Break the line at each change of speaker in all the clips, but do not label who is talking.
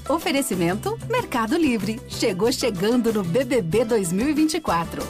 Oferecimento Mercado Livre. Chegou chegando no BBB 2024.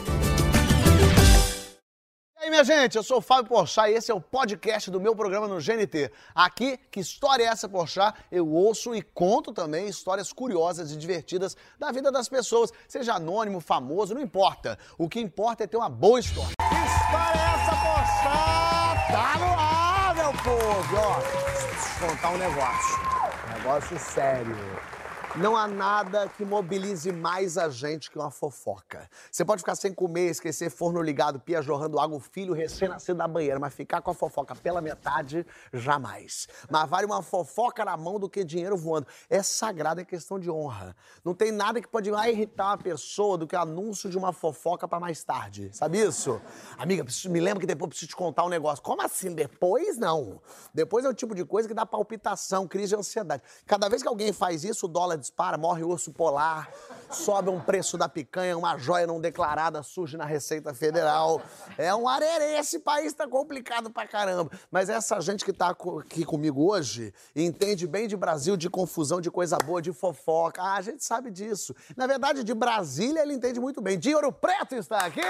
E aí, minha gente, eu sou o Fábio Porchat e esse é o podcast do meu programa no GNT. Aqui, Que História é Essa, Porchat? Eu ouço e conto também histórias curiosas e divertidas da vida das pessoas, seja anônimo, famoso, não importa. O que importa é ter uma boa história. Que história é essa, Porchat? Tá no ar, meu povo! Ó, deixa eu te contar um negócio sério. Não há nada que mobilize mais a gente que uma fofoca. Você pode ficar sem comer, esquecer forno ligado, pia jorrando água, o filho recém-nascido na banheira, mas ficar com a fofoca pela metade, jamais. Mas vale uma fofoca na mão do que dinheiro voando. É sagrado, é questão de honra. Não tem nada que pode mais irritar uma pessoa do que o anúncio de uma fofoca pra mais tarde. Sabe isso? Amiga, me lembra que depois eu preciso te contar um negócio. Como assim? Depois, não. Depois é o tipo de coisa que dá palpitação, crise de ansiedade. Cada vez que alguém faz isso, o dólar dispara, morre o urso polar, sobe um preço da picanha, uma joia não declarada surge na Receita Federal. É um arerê, esse país tá complicado pra caramba. Mas essa gente que tá aqui comigo hoje entende bem de Brasil, de confusão, de coisa boa, de fofoca. Ah, a gente sabe disso. Na verdade, de Brasília ele entende muito bem. De Ouro Preto está aqui!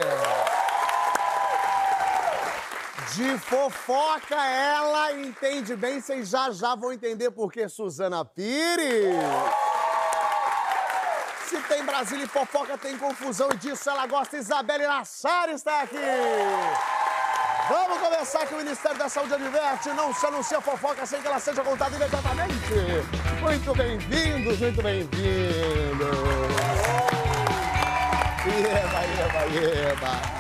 De fofoca, ela entende bem, vocês já vão entender por que Suzana Pires. Se tem Brasília e fofoca, tem confusão e disso ela gosta. Isabelle Nassar está aqui. Vamos começar que o Ministério da Saúde adverte, não se anuncia fofoca sem que ela seja contada imediatamente. Muito bem-vindos, muito bem-vindos. Eba.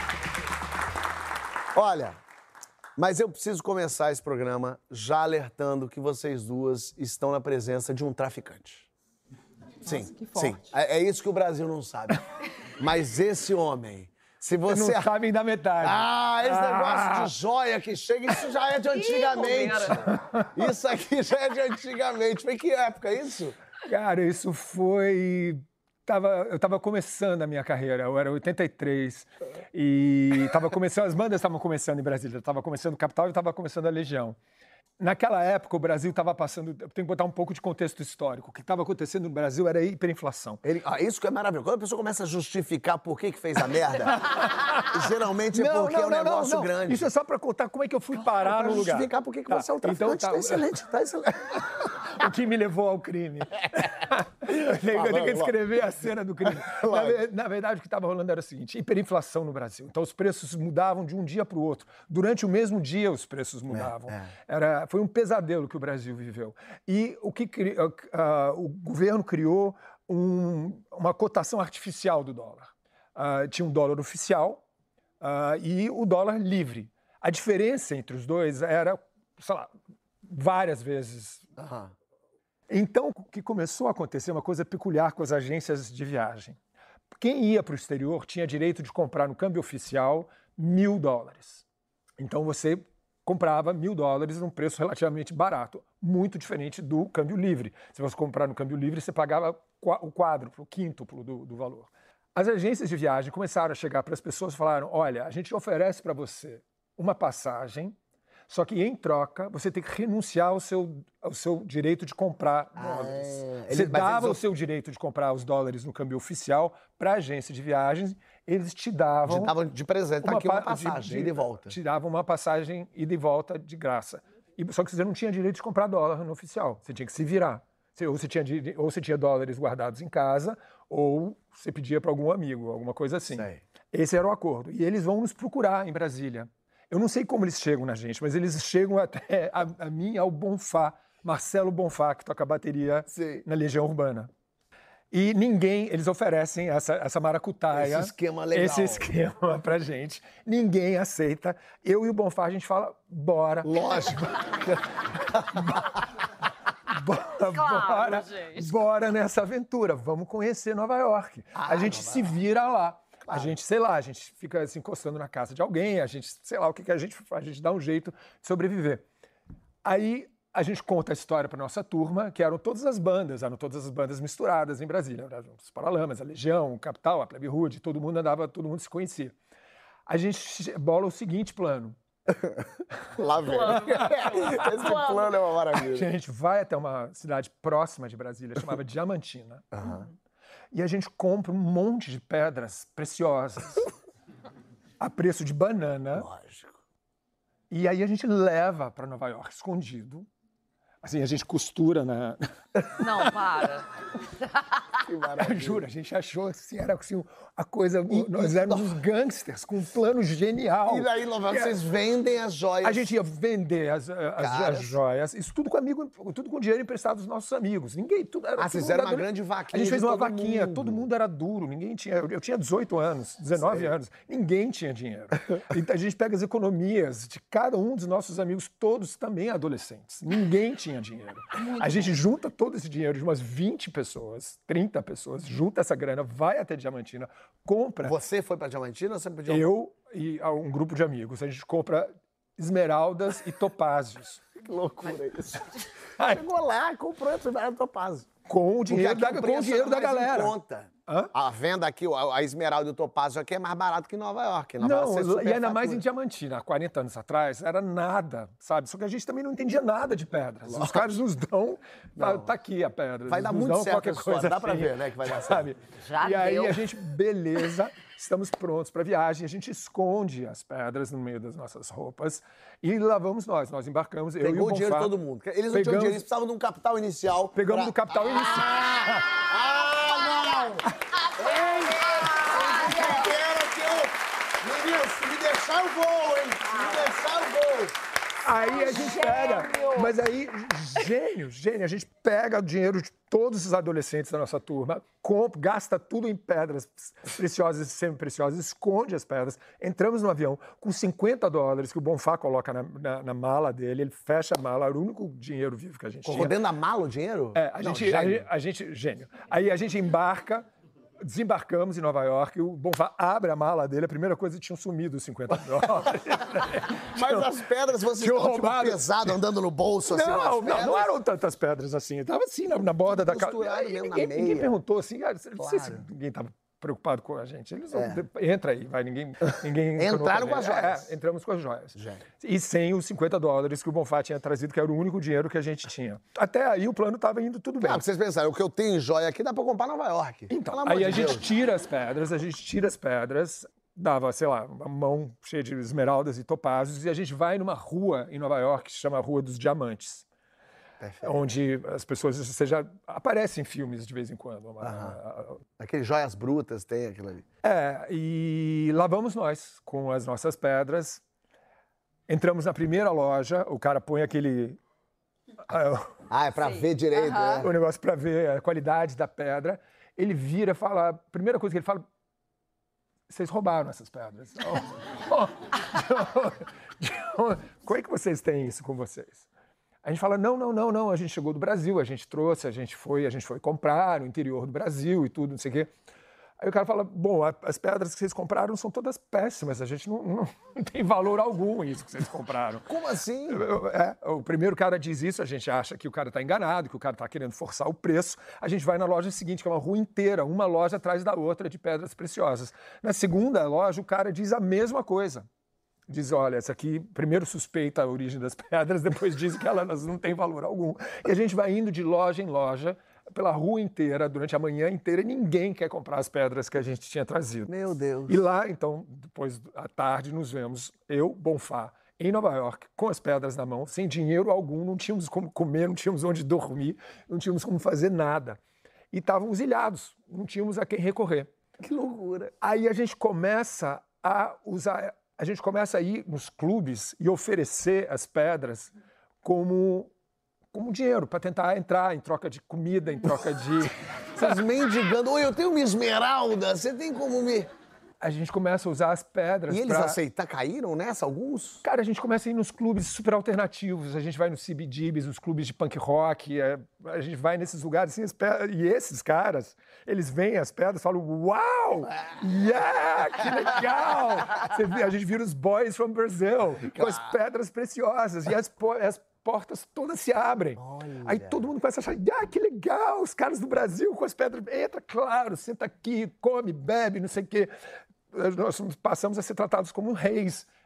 Olha, mas eu preciso começar esse programa já alertando que vocês duas estão na presença de um traficante. Sim,
nossa, que forte.
Sim. É isso que o Brasil não sabe. Mas esse homem, se você...
Não sabem da metade.
Ah, esse negócio de joia que chega, isso já é de antigamente. Isso aqui já é de antigamente. Foi que época isso?
Cara, isso foi... Eu estava começando a minha carreira, eu era 83, e as bandas estavam começando em Brasília, eu estava começando o Capital e estava começando a Legião. Naquela época, o Brasil estava passando... Eu tenho que botar um pouco de contexto histórico. O que estava acontecendo no Brasil era hiperinflação.
Isso que é maravilhoso. Quando a pessoa começa a justificar por que fez a merda, geralmente é porque é um negócio grande.
Isso é só para contar como é que eu fui parar no lugar.
Justificar por que você é um traficante. Então, tá excelente, tá excelente.
O que me levou ao crime. Eu tenho que descrever a cena do crime. Na verdade, o que estava rolando era o seguinte: hiperinflação no Brasil. Então, os preços mudavam de um dia para o outro. Durante o mesmo dia, os preços mudavam. Foi um pesadelo que o Brasil viveu. E o governo criou uma cotação artificial do dólar. Tinha um dólar oficial e o dólar livre. A diferença entre os dois era, sei lá, várias vezes. Então, o que começou a acontecer, uma coisa peculiar com as agências de viagem. Quem ia para o exterior tinha direito de comprar no câmbio oficial $1.000. Então, você comprava $1.000 num preço relativamente barato, muito diferente do câmbio livre. Se você comprar no câmbio livre, você pagava o quádruplo, o quíntuplo do valor. As agências de viagem começaram a chegar para as pessoas e falaram: olha, a gente oferece para você uma passagem, só que em troca você tem que renunciar ao seu direito de comprar dólares. Você dava o seu direito de comprar os dólares no câmbio oficial para a agência de viagens, eles te davam...
de presente, tá aqui uma passagem, ida e volta.
Te davam uma passagem ida e volta de graça. Só que você não tinha direito de comprar dólar no oficial, você tinha que se virar. Ou você tinha dólares guardados em casa, ou você pedia para algum amigo, alguma coisa assim.
Sei.
Esse era o acordo. E eles vão nos procurar em Brasília. Eu não sei como eles chegam na gente, mas eles chegam até a mim, ao Bonfá, Marcelo Bonfá, que toca bateria na Legião Urbana. E eles oferecem essa maracutaia.
Esse esquema legal.
Esse esquema pra gente. Ninguém aceita. Eu e o Bonfá, a gente fala, bora.
Lógico.
Bora nessa aventura. Vamos conhecer Nova York. A gente se vira lá. Claro. A gente, sei lá, a gente fica se encostando na casa de alguém, a gente, sei lá o que a gente faz, a gente dá um jeito de sobreviver. Aí a gente conta a história para nossa turma, que eram todas as bandas misturadas em Brasília. Os Paralamas, a Legião, o Capital, a Plebe Rude, todo mundo se conhecia. A gente bola o seguinte plano:
Lá vem. Esse plano é uma maravilha.
A gente vai até uma cidade próxima de Brasília, chamada Diamantina. E a gente compra um monte de pedras preciosas a preço de banana.
Lógico.
E aí a gente leva para Nova York escondido. Assim, a gente costura na...
Não, para.
Que maravilha.
Juro, a gente achou assim, era assim, a coisa... nós éramos uns gangsters com um plano genial.
E daí, Nova York, vocês vendem as joias.
A gente ia vender as joias, isso tudo com dinheiro emprestado dos nossos amigos. Ninguém... Tudo, era,
vocês fizeram uma grande vaquinha.
A gente fez
de
uma
todo
vaquinha,
mundo.
todo mundo era duro, ninguém tinha... Eu tinha 18 anos, 19 anos, ninguém tinha dinheiro. Então a gente pega as economias de cada um dos nossos amigos, todos também adolescentes. Ninguém tinha dinheiro. A gente junta todo esse dinheiro de umas 20 pessoas, 30 pessoas, junta essa grana, vai até Diamantina, compra...
Você foi pra Diamantina ou você pediu?
Eu e um grupo de amigos, a gente compra esmeraldas e topázios.
Que loucura isso.
Ai.
Chegou lá, comprou esse topázio.
Com o dinheiro da
mais
galera.
Em conta.
Hã?
A venda aqui, a esmeralda e o topázio aqui é mais barato que em Nova York. Em Nova
Não,
York você
e ainda
superfatura.
mais em Diamantina. Há 40 anos atrás, era nada, sabe? Só que a gente também não entendia nada de pedras. Os caras nos dão, tá aqui a pedra.
Vai dar
nos
muito
dão
certo
qualquer
essa história,
coisa
dá pra
assim,
ver, né, que vai dar
sabe?
Já
e aí
deu.
a gente, beleza, estamos prontos para viagem, a gente esconde as pedras no meio das nossas roupas e lá vamos nós embarcamos, eu e o
Pegou o dinheiro de
Bonfá.
todo mundo. Eles não tinham dinheiro, eles precisavam de um capital inicial.
Pegamos do capital inicial.
Ah, não! Meninos, me deixar eu vou, hein? Me deixar eu vou.
Aí a gente pega, mas aí, gênio, a gente pega o dinheiro de todos os adolescentes da nossa turma, gasta tudo em pedras preciosas e semi-preciosas, esconde as pedras, entramos no avião com $50 que o Bonfá coloca na mala dele, ele fecha a mala, era o único dinheiro vivo que a gente tinha.
Dentro da mala o dinheiro?
É, gênio. Aí a gente embarca, desembarcamos em Nova York, o Bonfá abre a mala dele, a primeira coisa tinham sumido os $50.
Mas as pedras, vocês
tinham
estão
roubado.
pesado, andando no bolso, assim,
Não eram tantas pedras assim. Tava assim, na borda da casa.
Costurado mesmo na
Ninguém
meia.
perguntou assim, não sei se ninguém estava preocupado com a gente. Eles entra aí, vai, ninguém
Entraram com as joias.
Entramos com as joias. E sem os $50 que o Bonfá tinha trazido, que era o único dinheiro que a gente tinha. Até aí o plano estava indo tudo bem.
Claro, vocês pensaram, o que eu tenho em joia aqui dá pra comprar em Nova York.
Então,
Pelo amor
aí
de
a gente
Deus.
tira as pedras, dava, sei lá, uma mão cheia de esmeraldas e topázios, e a gente vai numa rua em Nova York que se chama Rua dos Diamantes.
Perfeito.
Onde as pessoas, você já aparece em filmes de vez em quando.
Aqueles joias brutas tem aquilo ali.
E lá vamos nós, com as nossas pedras. Entramos na primeira loja, o cara põe aquele...
É pra ver direito, né?
o negócio para ver a qualidade da pedra. Ele vira e fala... A primeira coisa que ele fala... Vocês roubaram essas pedras. Como é que vocês têm isso com vocês? A gente fala, não, a gente chegou do Brasil, a gente trouxe, a gente foi comprar no interior do Brasil e tudo, não sei o quê. Aí o cara fala, bom, as pedras que vocês compraram são todas péssimas, a gente não tem valor algum isso que vocês compraram.
Como assim?
O primeiro cara diz isso, a gente acha que o cara está enganado, que o cara está querendo forçar o preço. A gente vai na loja seguinte, que é uma rua inteira, uma loja atrás da outra de pedras preciosas. Na segunda loja, o cara diz a mesma coisa. Diz, olha, essa aqui primeiro suspeita a origem das pedras, depois diz que elas não têm valor algum. E a gente vai indo de loja em loja, pela rua inteira, durante a manhã inteira, e ninguém quer comprar as pedras que a gente tinha trazido.
Meu Deus.
E lá, então, depois à tarde, nos vemos, eu, Bonfá, em Nova York, com as pedras na mão, sem dinheiro algum, não tínhamos como comer, não tínhamos onde dormir, não tínhamos como fazer nada. E estávamos ilhados, não tínhamos a quem recorrer.
Que loucura.
Aí a gente começa a usar... A gente começa a ir nos clubes e oferecer as pedras como dinheiro, para tentar entrar em troca de comida, em troca de...
Vocês mendigando. Oi, eu tenho uma esmeralda, você tem como me...
A gente começa a usar as pedras
E eles aceitaram, caíram nessa, alguns?
Cara, a gente começa a ir nos clubes super alternativos, a gente vai nos CBGBs, nos clubes de punk rock, a gente vai nesses lugares assim, e esses caras, eles veem as pedras e falam, uau, yeah, que legal! A gente vira os boys from Brazil, com as pedras preciosas, e as portas todas se abrem.
Olha.
Aí todo mundo começa a achar, que legal, os caras do Brasil com as pedras, entra, claro, senta aqui, come, bebe, não sei o quê. Nós passamos a ser tratados como reis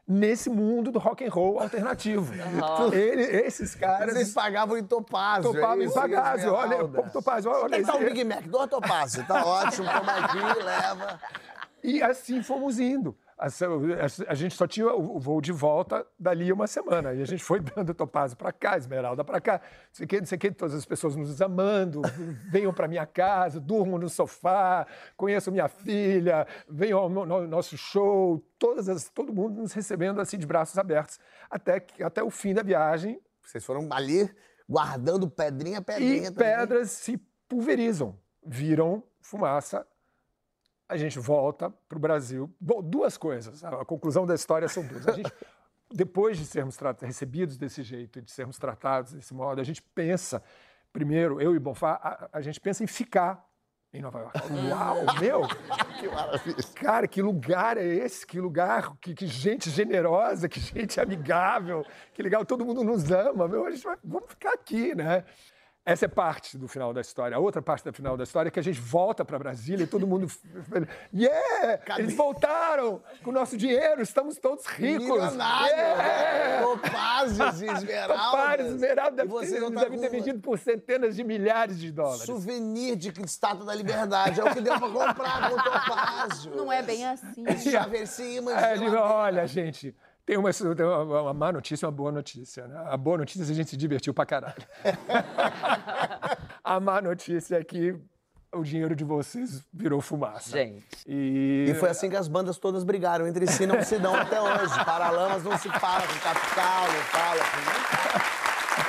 nesse mundo do rock and roll alternativo. Esses caras...
Vocês pagavam em topázio.
Topavam em Topázio. Olha, Topázio, olha
Quem tá um Big Mac? Doa topázio. Tá ótimo, toma aqui, leva.
E assim fomos indo. A gente só tinha o voo de volta dali uma semana. E a gente foi dando Topázio para cá, Esmeralda para cá. Não sei o que, todas as pessoas nos amando. Venham para minha casa, durmam no sofá, conheçam minha filha, venham ao nosso show. Todo mundo nos recebendo assim de braços abertos. Até o fim da viagem.
Vocês foram ali guardando pedrinha a pedrinha.
E pedras se pulverizam. Viram fumaça. A gente volta para o Brasil. Bom, duas coisas. A conclusão da história são duas. A gente, depois de sermos recebidos desse jeito, de sermos tratados desse modo, a gente pensa, primeiro, eu e Bonfá, a gente pensa em ficar em Nova York. Uau, meu!
Que maravilha!
Cara, que lugar é esse? Que lugar, que gente generosa, que gente amigável, que legal, todo mundo nos ama. Meu, vamos ficar aqui, né? Essa é parte do final da história. A outra parte do final da história é que a gente volta para Brasília e todo mundo... Eles voltaram com o nosso dinheiro, estamos todos ricos.
Milionários! Topázios e esmeraldas.
Topázios e esmeraldas.
Você
Devem ter vendido por centenas de milhares de dólares.
Souvenir de Estátua da Liberdade. É o que deu para comprar com o topázio.
Não é bem assim.
Chavecima.
Olha, gente... Tem uma má notícia e uma boa notícia, né? A boa notícia é que a gente se divertiu pra caralho. A má notícia é que o dinheiro de vocês virou fumaça.
Gente.
E foi assim que as bandas todas brigaram entre si, não se dão até hoje. Paralamas não se fala com Capital, não fala com...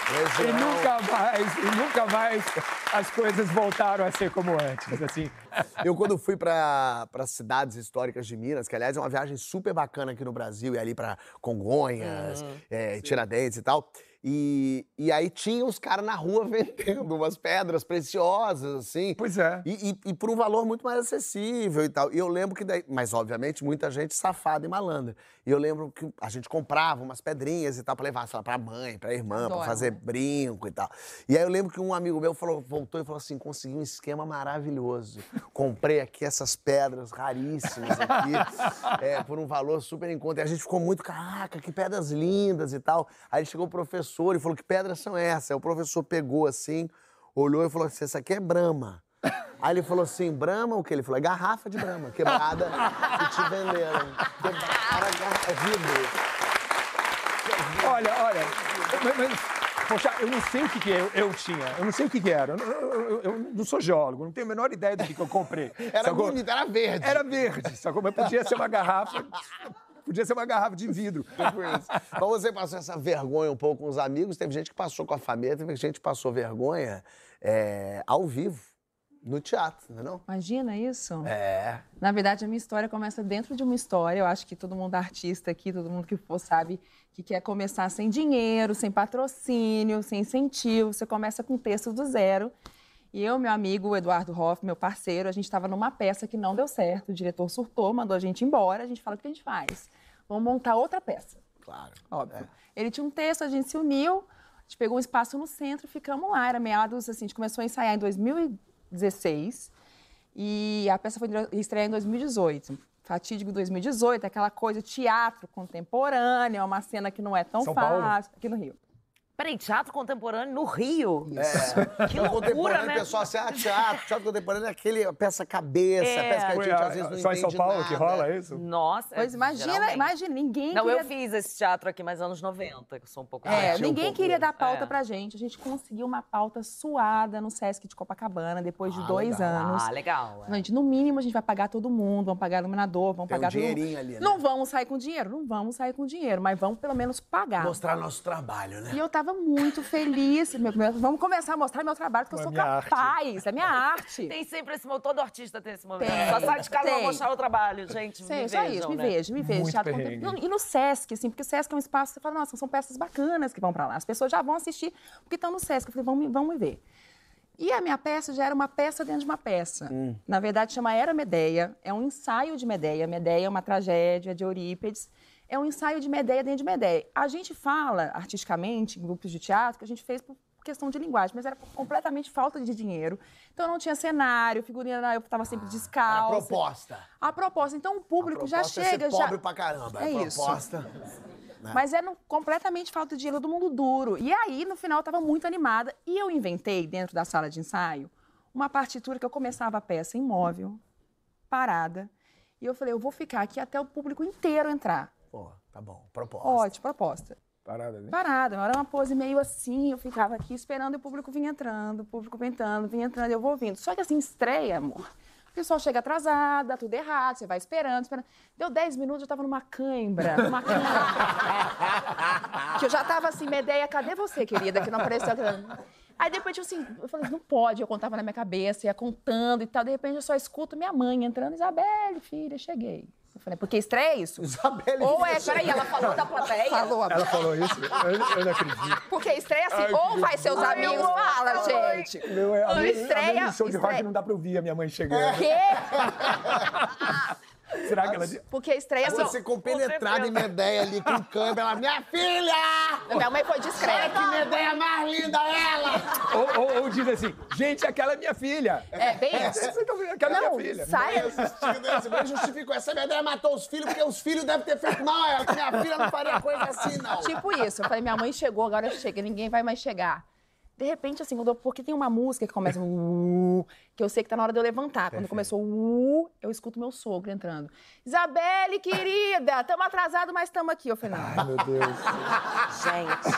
E nunca mais as coisas voltaram a ser como antes, assim.
Eu, quando fui para cidades históricas de Minas, que, aliás, é uma viagem super bacana aqui no Brasil, e ali para Congonhas, Tiradentes e tal, e aí tinha os caras na rua vendendo umas pedras preciosas, assim.
Pois é.
E por um valor muito mais acessível e tal. E eu lembro que daí... Mas, obviamente, muita gente safada e malandra. E eu lembro que a gente comprava umas pedrinhas e tal pra levar, sei lá, pra mãe, pra irmã, pra fazer brinco e tal. E aí eu lembro que um amigo meu voltou e falou assim, consegui um esquema maravilhoso. Comprei aqui essas pedras raríssimas aqui, por um valor super em conta. E a gente ficou muito, caraca, que pedras lindas e tal. Aí chegou o professor e falou, que pedras são essas? Aí o professor pegou assim, olhou e falou assim, essa aqui é Brahma. Aí ele falou assim, Brahma o quê? Ele falou, é garrafa de Brahma, quebrada, que te venderam. É vidro.
Olha, mas, poxa, eu não sei o que eu tinha, eu não sei o que era, eu não sou geólogo, não tenho a menor ideia do que eu comprei.
Era bonito, era verde.
Era verde, sacou? Mas podia ser uma garrafa... Podia ser uma garrafa de vidro.
Então você passou essa vergonha um pouco com os amigos, teve gente que passou com a família, teve gente que passou vergonha ao vivo, no teatro, não é não?
Imagina isso?
É.
Na verdade, a minha história começa dentro de uma história. Eu acho que todo mundo artista aqui, todo mundo que for sabe que quer começar sem dinheiro, sem patrocínio, sem incentivo. Você começa com um texto do zero. E eu, meu amigo Eduardo Hoff, meu parceiro, a gente estava numa peça que não deu certo. O diretor surtou, mandou a gente embora. A gente fala, o que a gente faz? Vamos montar outra peça.
Claro.
Óbvio. Ele tinha um texto, a gente se uniu, a gente pegou um espaço no centro e ficamos lá. Era meados, assim, a gente começou a ensaiar em 2016 e a peça foi estrear em 2018. Fatídico 2018, aquela coisa, teatro contemporâneo, é uma cena que não é tão
São
fácil.
Paulo?
Aqui no Rio.
Peraí, teatro contemporâneo no Rio?
Que loucura, né? O pessoal assim, teatro contemporâneo é aquele peça-cabeça, peça que a gente às vezes não
só em São
entende
Paulo
nada.
que rola isso?
Nossa,
Pois imagina, ninguém
Não,
queria...
eu fiz esse teatro aqui mais anos 90, que eu sou um pouco...
ninguém queria dar pauta
É.
pra gente. A gente conseguiu uma pauta suada no Sesc de Copacabana, depois de 2 anos.
Ah, legal.
Gente, no mínimo, a gente vai pagar todo mundo, vamos pagar iluminador, vamos
Tem
pagar
um dinheirinho ali, né?
Não vamos sair com dinheiro? Não vamos sair com dinheiro, mas vamos pelo menos pagar.
Mostrar nosso trabalho, né?
E eu tava muito feliz. Vamos começar a mostrar meu trabalho, porque eu sou capaz. É minha arte.
Tem sempre esse momento, todo artista tem esse momento.
Tem.
Só sai de casa pra
Tem.
mostrar o trabalho, gente.
Sei,
me
só
vejam,
isso, me
né?
vejo.
Muito
Teatro
perrengue.
contemporâneo. E no Sesc, assim, porque o Sesc é um espaço que você fala, nossa, são peças bacanas que vão pra lá. As pessoas já vão assistir porque estão no Sesc. Eu falei, vamos me ver. E a minha peça já era uma peça dentro de uma peça. Na verdade, chama Era Medeia. É um ensaio de Medeia. Medeia é uma tragédia de Eurípides. É um ensaio de Medeia dentro de Medeia. A gente fala, artisticamente, em grupos de teatro, que a gente fez por questão de linguagem, mas era completamente falta de dinheiro. Então não tinha cenário, figurina, eu estava sempre descalça.
A proposta.
A proposta. Então o público já chega,
é ser pobre pra caramba.
É
a
isso.
proposta.
Mas era completamente falta de dinheiro, todo mundo duro. E aí, no final, eu estava muito animada. E eu inventei, dentro da sala de ensaio, uma partitura que eu começava a peça imóvel, parada. E eu falei, eu vou ficar aqui até o público inteiro entrar.
Pô, tá bom. Proposta.
Ótimo, proposta.
Parada, né?
Parada, era uma pose meio assim, eu ficava aqui esperando e o público vinha entrando, o público vinha entrando, eu vou ouvindo. Só que assim, estreia, amor. O pessoal chega atrasado, dá tudo errado, você vai esperando. Deu 10 minutos, eu tava numa cãibra. Que eu já tava assim, Medéia, cadê você, querida? Que não apareceu. Aí, de repente, assim, eu falei, não pode. Eu contava na minha cabeça, ia contando e tal. De repente, eu só escuto minha mãe entrando. Isabelle, filha, cheguei. Eu falei, porque estreia é isso?
Isabelle,
ou é,
Peraí, ela falou da plateia?
Falou, amor.
Ela falou isso? Eu não acredito.
Porque estreia assim, ou vai seus amigos, fala, gente.
Estreia. No show de rock não dá pra ouvir a minha mãe chegando.
Quê?
Será que ela...
Porque a estreia assim.
Você compenetrada em Medéia ali com câmera, ela, minha filha!
Minha mãe foi discreta.
Que Medéia mais linda ela!
Ou diz assim, gente, aquela é minha filha.
É, bem isso.
Vocês estão vendo? Aquela é minha filha.
Sai.
Você bem justificou. Essa Medéia matou os filhos porque os filhos devem ter feito mal a ela, que minha filha não faria coisa assim, não.
Tipo isso. Eu falei, minha mãe chegou, agora chega, ninguém vai mais chegar. De repente, assim, porque tem uma música que começa que eu sei que tá na hora de eu levantar. Quando começou eu escuto meu sogro entrando. Isabelle, querida, estamos atrasados, mas estamos aqui. Eu falei, não.
Ai, meu Deus.
Gente.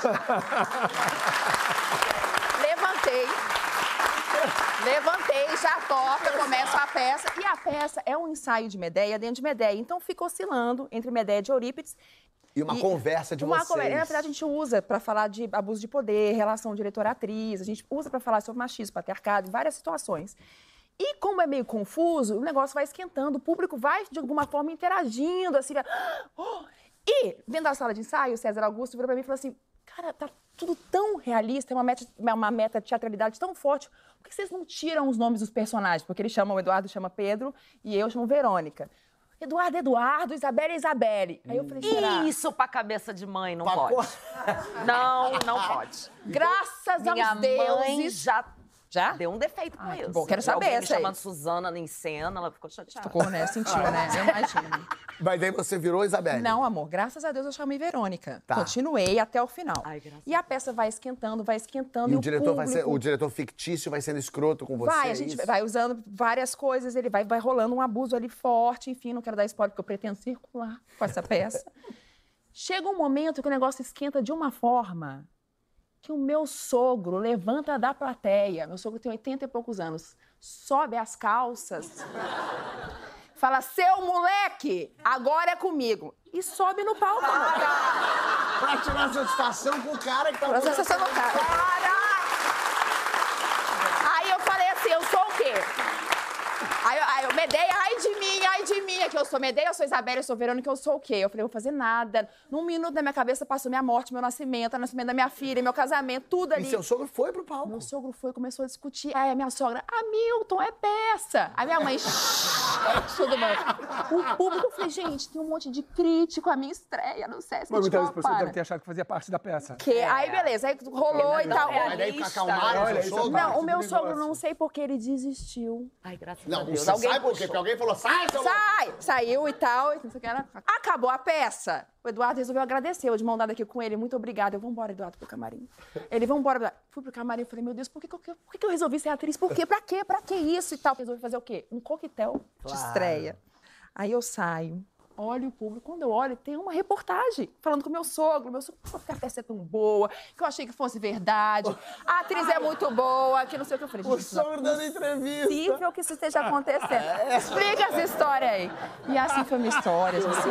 Levantei, já toca, começo a peça. E a peça é um ensaio de Medéia dentro de Medéia. Então, fica oscilando entre Medéia de Eurípides.
E uma conversa de vocês.
Na verdade, a gente usa para falar de abuso de poder, relação diretor-atriz, a gente usa para falar sobre machismo, patriarcado, em várias situações. E como é meio confuso, o negócio vai esquentando, o público vai, de alguma forma, interagindo, assim. E, dentro da sala de ensaio, o César Augusto virou para mim e falou assim, cara, tá tudo tão realista, é uma meta de teatralidade tão forte, por que vocês não tiram os nomes dos personagens? Porque ele chama, o Eduardo chama Pedro e eu chamo Verônica. Eduardo, Isabelle. Aí eu falei, será?
Isso pra cabeça de mãe, não pode. Não pode.
Graças
Minha
aos deuses.
mãe já
Já?
deu um defeito com isso.
Bom, quero saber
Alguém me
essa aí.
chamando Suzana em cena, ela ficou chateada.
Ficou, né? Sentiu, né? Eu imagino.
Mas aí você virou Isabelle?
Não, amor, graças a Deus eu chamei Verônica.
Tá.
Continuei até o final.
Ai, graças
E a peça vai esquentando.
E o diretor
público...
o diretor fictício vai sendo escroto com você?
Vai, a gente vai usando várias coisas, ele vai rolando um abuso ali forte, enfim, não quero dar spoiler porque eu pretendo circular com essa peça. Chega um momento que o negócio esquenta de uma forma que o meu sogro levanta da plateia, meu sogro tem 80 e poucos anos, sobe as calças, fala, seu moleque, agora é comigo, e sobe no palco.
Pra tirar satisfação com o cara que tá...
Pra sensação no cara. Aí eu falei assim, eu sou o quê? Aí eu, Medéia, ai de mim, é que eu sou Medéia, eu sou Isabelle, eu sou Verônica, eu sou o quê? Eu falei, eu vou fazer nada. Num minuto na minha cabeça passou minha morte, meu nascimento, o nascimento da minha filha, meu casamento, tudo ali.
E seu sogro foi pro palco?
Meu sogro foi, começou a discutir. Aí a minha sogra, Hamilton, é peça. Aí minha mãe, tudo bom. O público, eu falei, gente, tem um monte de crítico à minha estreia, não sei se
Mas muitas
tipo,
pessoas devem ter achado que fazia parte da peça.
Aí beleza, aí rolou e tal.
Mas daí acalmaram
Olha,
seu
isso é
sogro?
Não, o meu
Esse
sogro,
negócio.
não sei por que ele desistiu.
Ai, graças a
Não,
Deus.
você
Alguém
sabe por quê?
puxou.
Porque alguém falou, sai, seu louco!
Saiu e tal, e não sei o que era. Acabou a peça. O Eduardo resolveu agradecer, eu de mão dada aqui com ele, muito obrigada. Eu, vamos embora, Eduardo, pro camarim. Ele, vamos embora, Eduardo. Fui pro camarim, falei, meu Deus, por que eu resolvi ser atriz? Por quê? Pra quê? Pra que isso e tal? Resolvi fazer o quê? Um coquetel de estreia. Aí eu saio, olho o público. Quando eu olho, tem uma reportagem falando com o meu sogro. Meu sogro, porque a peça é tão boa, que eu achei que fosse verdade. A atriz é muito boa, que não sei o que. Eu falei,
O sogro dando entrevista.
possível que isso esteja acontecendo. Explica essa história aí. E assim foi minha história. Assim.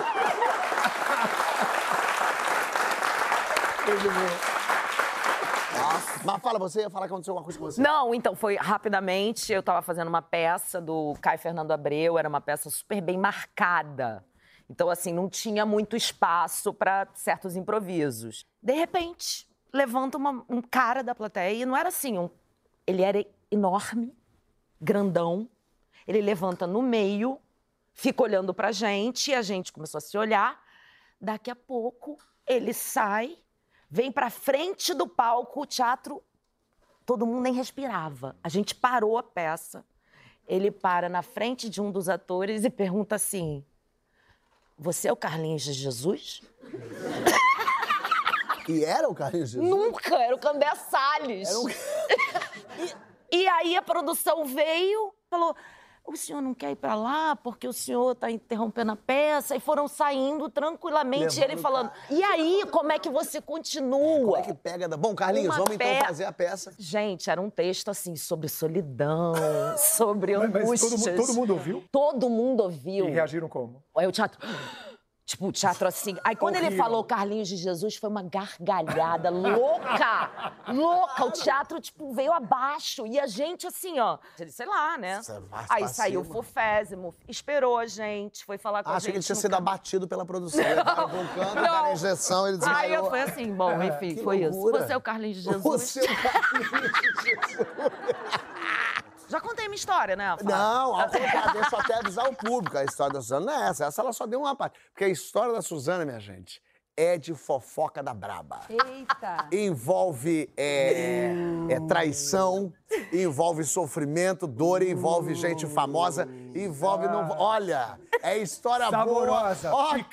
Mas fala, você ia falar que aconteceu alguma coisa com você.
Não, então, foi rapidamente, eu tava fazendo uma peça do Caio Fernando Abreu, era uma peça super bem marcada. Então, assim, não tinha muito espaço para certos improvisos. De repente, levanta um cara da plateia, e não era assim, ele era enorme, grandão, ele levanta no meio, fica olhando pra gente, e a gente começou a se olhar. Daqui a pouco, ele sai, vem pra frente do palco, o teatro, todo mundo nem respirava. A gente parou a peça. Ele para na frente de um dos atores e pergunta assim: você é o Carlinhos de Jesus?
E era o Carlinhos de Jesus?
Nunca, era o Candé Salles. E aí a produção veio, falou: o senhor não quer ir pra lá porque o senhor tá interrompendo a peça? E foram saindo tranquilamente, ele falando: e aí, como é que você continua?
Como é que pega? Bom, Carlinhos, vamos então fazer a peça.
Gente, era um texto, assim, sobre solidão, sobre angústias.
Mas todo mundo ouviu?
Todo mundo ouviu.
E reagiram como?
Aí o teatro... Tipo, o teatro assim... Aí quando ele falou Carlinhos de Jesus, foi uma gargalhada louca! Louca! O teatro, tipo, veio abaixo. E a gente, assim, ó... Sei lá, né? Aí saiu o Fofésimo, esperou a gente, foi falar com a gente.
Acho que ele tinha sido abatido pela produção. Levaram um canto, deram a injeção, ele desmaiou.
Aí eu fui assim, bom, enfim, foi isso. Você é o Carlinhos de Jesus?
Você é o Carlinhos de Jesus.
Já contei minha história, né?
Não, ao contrário, deixa eu até avisar o público. A história da Suzana não é essa. Essa ela só deu uma parte. Porque a história da Suzana, minha gente, é de fofoca da braba.
Eita!
Envolve traição, envolve sofrimento, dor, envolve gente famosa, envolve... Olha, é história
saborosa,
boa. Ok,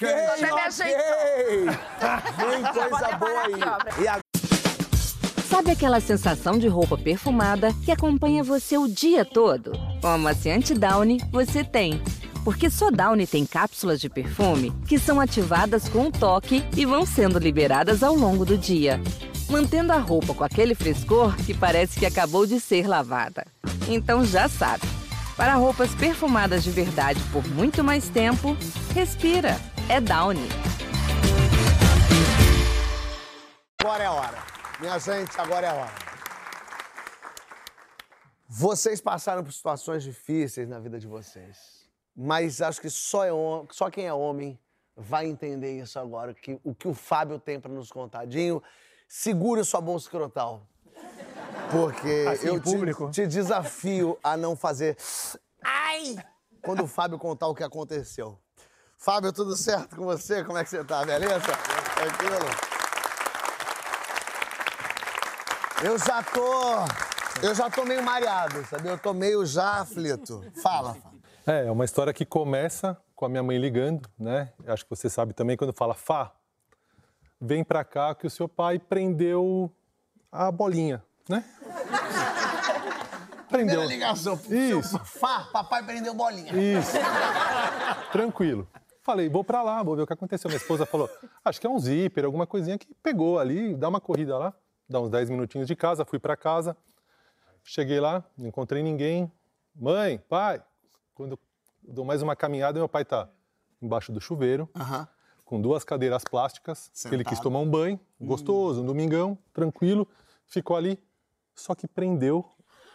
vem coisa boa aí. E agora...
Sabe aquela sensação de roupa perfumada que acompanha você o dia todo? Com a amaciante Downy, você tem. Porque só Downy tem cápsulas de perfume que são ativadas com um toque e vão sendo liberadas ao longo do dia, mantendo a roupa com aquele frescor que parece que acabou de ser lavada. Então já sabe, para roupas perfumadas de verdade por muito mais tempo, respira, é Downy.
Agora é a hora. Minha gente, agora é a hora. Vocês passaram por situações difíceis na vida de vocês, mas acho que só quem é homem vai entender isso agora, o que o Fábio tem pra nos contar. Dinho, segure sua bolsa escrotal, porque
assim,
eu
público?
te desafio a não fazer ai quando o Fábio contar o que aconteceu. Fábio, tudo certo com você? Como é que você tá, beleza? Tranquilo? Eu já tô meio mareado, sabe? Eu tô meio já aflito. Fala.
É uma história que começa com a minha mãe ligando, né? Acho que você sabe também quando fala: Fá, vem pra cá que o seu pai prendeu a bolinha, né? Prendeu.
Primeira ligação.
Isso.
Fá, papai prendeu bolinha.
Isso. Tranquilo. Falei, vou pra lá, vou ver o que aconteceu. Minha esposa falou: acho que é um zíper, alguma coisinha que pegou ali, dá uma corrida lá. Dá uns 10 minutinhos de casa, fui pra casa, cheguei lá, não encontrei ninguém. Mãe, pai, quando eu dou mais uma caminhada, meu pai tá embaixo do chuveiro, com 2 cadeiras plásticas, que ele quis tomar um banho, gostoso, um domingão, tranquilo, ficou ali, só que prendeu,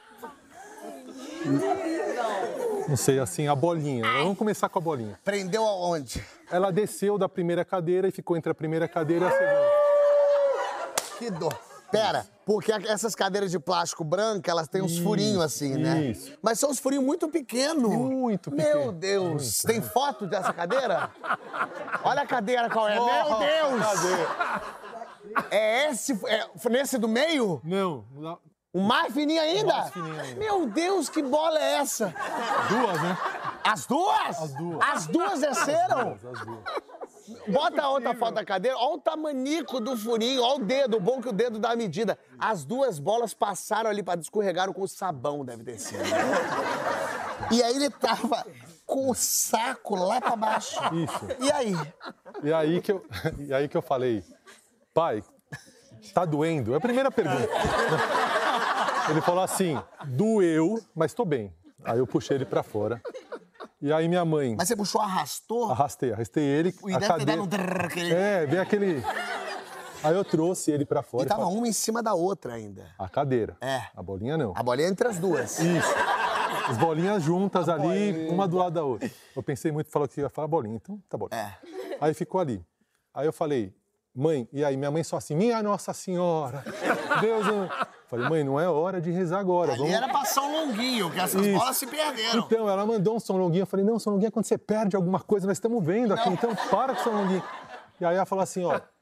não sei, assim, a bolinha. Vamos começar com a bolinha.
Prendeu aonde?
Ela desceu da primeira cadeira e ficou entre a primeira cadeira e a segunda.
Que dor. Pera, porque essas cadeiras de plástico branca, elas têm uns furinhos assim, né?
Isso.
Mas são uns furinhos muito pequenos.
Muito pequeno.
Meu Deus. Tem foto dessa cadeira? Olha a cadeira qual é. Meu Deus.
Cadê?
É esse? É nesse do meio?
Não.
O mais fininho ainda?
Mais fininho ainda.
Meu Deus, que bola é essa?
2, né?
As duas?
As duas.
As duas desceram?
As duas.
Bota a outra foto da cadeira, olha o tamanico do furinho, olha o dedo, o bom que o dedo dá a medida. As 2 bolas passaram ali para escorregaram com o sabão, deve ter sido. E aí ele tava com o saco lá para baixo.
Isso.
E aí?
E aí que eu falei: pai, tá doendo? É a primeira pergunta. Ele falou assim: doeu, mas tô bem. Aí eu puxei ele para fora. E aí minha mãe...
Mas você puxou, arrastou?
Arrastei ele.
E deve ter dado um drrr, aquele...
vem aquele... Aí eu trouxe ele pra fora.
E tava uma em cima da outra ainda.
A cadeira.
É.
A bolinha não.
A bolinha entre as duas.
Isso. As bolinhas juntas ali, uma do lado da outra. Eu pensei muito, falou que ia falar bolinha, então tá bom.
É.
Aí ficou ali. Aí eu falei: mãe, e aí? Minha mãe só assim: minha Nossa Senhora, Deus... Falei: mãe, não é hora de rezar agora.
Ali era pra São Longuinho, que essas bolas se perderam.
Então, ela mandou um São Longuinho. Eu falei: não, São Longuinho é quando você perde alguma coisa, nós estamos vendo aqui, então para com São Longuinho. E aí ela falou assim: ó,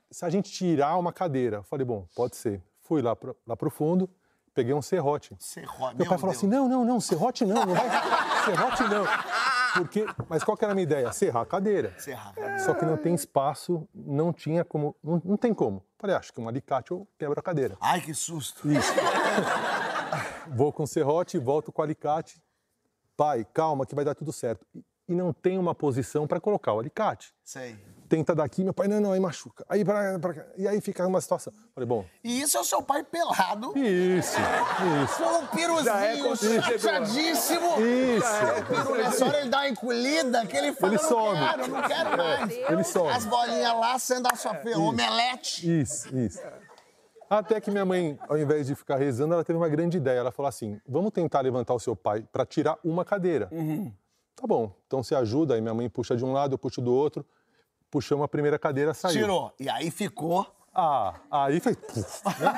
se a gente tirar uma cadeira. Eu falei, bom, pode ser. Fui lá pro fundo, peguei um serrote.
Serrote,
meu pai falou assim, não, serrote não vai, serrote não. Mas qual que era a minha ideia? Serrar a cadeira. Só que não tem espaço, não tinha como, não tem como. Falei, acho que um alicate eu quebro a cadeira.
Ai, que susto.
Isso. Vou com o serrote, volto com o alicate. Pai, calma que vai dar tudo certo. E não tem uma posição para colocar o alicate.
Sei.
Tenta daqui, meu pai, não, aí machuca. Aí pra cá. E aí fica uma situação. Falei, bom...
E isso é o seu pai pelado.
Isso.
Com um piruzinho chateadíssimo.
Isso.
Nessa hora ele dá uma encolhida que ele fala, eu não quero mais.
Ele some.
As bolinhas lá sendo a sua omelete.
Isso. Até que minha mãe, ao invés de ficar rezando, ela teve uma grande ideia. Ela falou assim, vamos tentar levantar o seu pai para tirar uma cadeira. Tá bom, então você ajuda, aí minha mãe puxa de um lado, eu puxo do outro. Puxamos a primeira cadeira, saiu.
Tirou. E aí ficou...
aí fez... Né?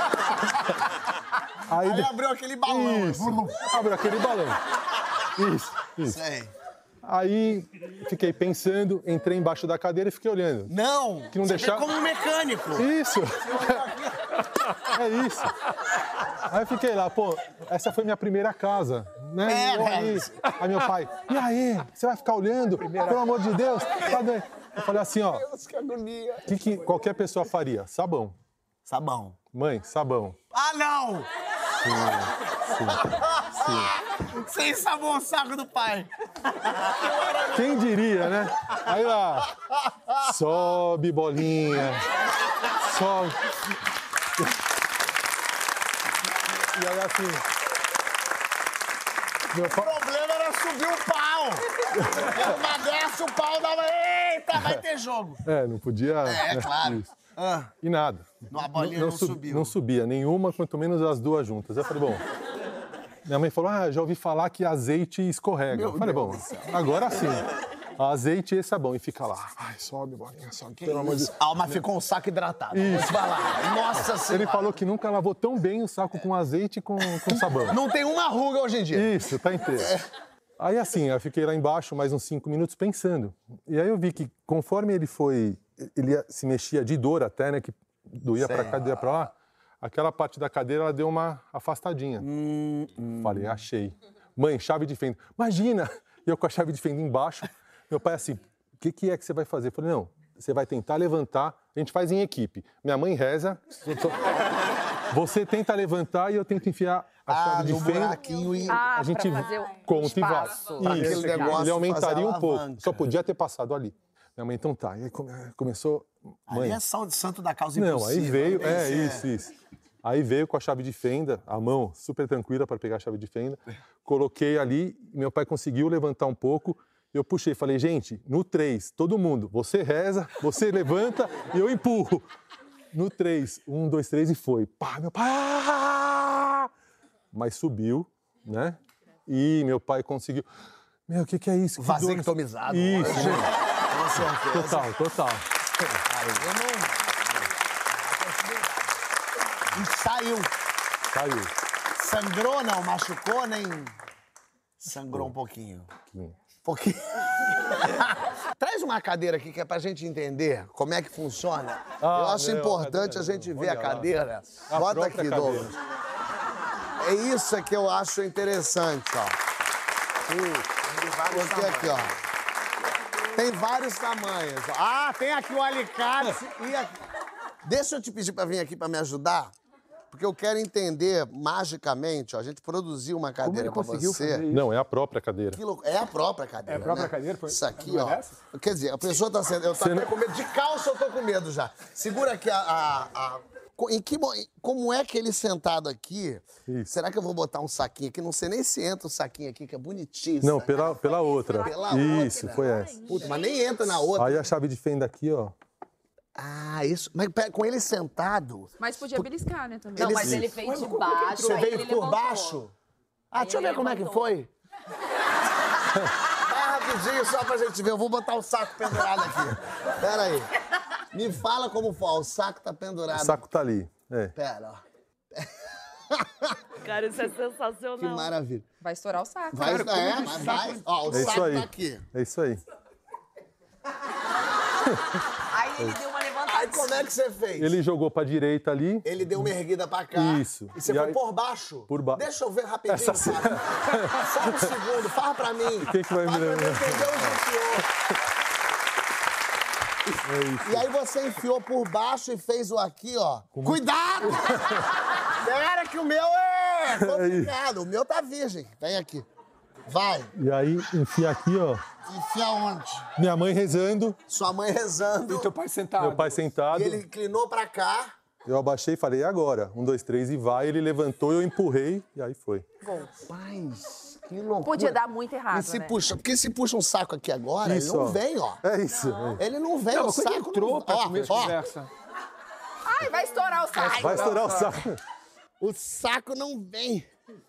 Aí abriu aquele balão.
Isso, abriu aquele balão. Isso.
Sei.
Aí fiquei pensando, entrei embaixo da cadeira e fiquei olhando.
Não,
que não
você
deixar...
como um mecânico.
Isso. É isso. Aí eu fiquei lá, essa foi minha primeira casa, né? Aí meu pai, e aí, você vai ficar olhando? Pelo amor de Deus. Eu falei assim, ó,
que agonia.
Que qualquer pessoa faria? Sabão. Mãe, sabão.
Ah, não!
Sim.
Sem sabão o saco do pai.
Quem diria, né? Aí lá, sobe bolinha, sobe. E aí assim...
O problema era subir o pau. Era uma dessa, o pau dava... Eita, vai ter jogo.
Não podia...
Claro.
E nada.
A bolinha não subiu.
Não subia, nenhuma, quanto menos as duas juntas. Eu falei, bom... Minha mãe falou, já ouvi falar que azeite escorrega. Eu falei, bom, agora sim. Azeite e sabão. E fica lá. Ai, sobe, bolinha, sobe. Pelo amor de Deus.
Mas ficou um saco hidratado.
Isso.
Vai lá. Nossa Senhora.
Ele falou que nunca lavou tão bem o saco com azeite e com sabão.
Não tem uma ruga hoje em dia.
Isso, tá inteiro. Aí assim, eu fiquei lá embaixo mais uns 5 minutos pensando. E aí eu vi que conforme ele se mexia de dor até, né, que doía pra cá, doía pra lá, aquela parte da cadeira, ela deu uma afastadinha. Falei, achei. Mãe, chave de fenda. Imagina! E eu com a chave de fenda embaixo, meu pai assim, o que é que você vai fazer? Eu falei, não, você vai tentar levantar, a gente faz em equipe. Minha mãe reza, você tenta levantar e eu tento enfiar a chave de fenda. A gente conta e vai. Isso, ele aumentaria um pouco, só podia ter passado ali. Minha mãe, então tá. E aí começou... Mãe,
aí é santo da causa
não,
impossível.
Aí veio, isso. Aí veio com a chave de fenda, a mão super tranquila para pegar a chave de fenda. Coloquei ali, meu pai conseguiu levantar um pouco. Eu puxei, falei, gente, no 3, todo mundo, você reza, você levanta e eu empurro. No 3, 1, 2, 3 e foi. Pá, meu pai... Mas subiu, né? E meu pai conseguiu... Meu, o que é isso?
Vasectomizado.
Isso,
né?
Total.
E saiu. Sangrou, não? Machucou, nem... Sangrou um pouquinho. Traz uma cadeira aqui que é pra gente entender como é que funciona. Eu acho importante a gente ver a cadeira. Bota aqui, Douglas. É isso que eu acho interessante, ó. Porque aqui, ó. Tem vários tamanhos. Tem aqui o alicate e aqui. Deixa eu te pedir pra vir aqui pra me ajudar. Porque eu quero entender, magicamente, ó, a gente produziu uma cadeira pra você.
Não, é a própria cadeira.
É a própria cadeira,
É a própria
né?
cadeira?
Isso aqui, ó. Quer dizer, a pessoa tá sendo... Eu tô até com medo. De calça eu tô com medo já. Segura aqui como é que ele sentado aqui?
Isso.
Será que eu vou botar um saquinho aqui? Não sei nem se entra o saquinho aqui, que é bonitinho.
Não, pela outra. Isso,
outra.
foi essa.
Puta, mas nem entra na outra.
Aí a chave de fenda aqui, ó.
Isso. Mas com ele sentado...
Mas podia beliscar, né, também.
Não, mas ele veio de baixo.
Você
aí
veio
ele
por
levantou.
baixo? Deixa eu ver como é que foi. Rapidinho, só pra gente ver. Eu vou botar o saco pendurado aqui. Pera aí. Me fala como foi. O saco tá pendurado.
O saco tá ali.
Pera, ó.
Cara, isso é sensacional.
Que maravilha.
Vai estourar o saco.
Vai. Ó, o
É
saco
isso aí.
tá aqui.
É isso aí.
Aí ele deu uma levantada
Aí como é que você fez?
Ele jogou pra direita ali.
Ele deu uma erguida pra cá.
Isso.
E você foi por baixo?
Por baixo.
Deixa eu ver rapidinho, Só um segundo, fala pra mim.
Quem que vai me lembrar?
E aí você enfiou por baixo e fez o aqui, ó. Cuidado! Pera que o meu é complicado. O meu tá virgem. Vem aqui. Vai.
E aí, enfia aqui, ó.
Enfia onde?
Minha mãe rezando.
Sua mãe rezando.
E teu pai sentado.
Meu pai sentado.
E ele inclinou pra cá.
Eu abaixei e falei, e agora? 1, 2, 3 e vai. Ele levantou, eu empurrei e aí foi.
Rapaz, que loucura.
Podia dar muito errado,
E se
né?
puxa, porque se puxa um saco aqui agora,
Isso,
ele não
ó.
vem, ó.
É isso.
Ele não vem, o
Você
saco
entrou
não...
pra começo de conversa.
Ai, vai estourar o saco.
Vai estourar o saco.
O saco não vem.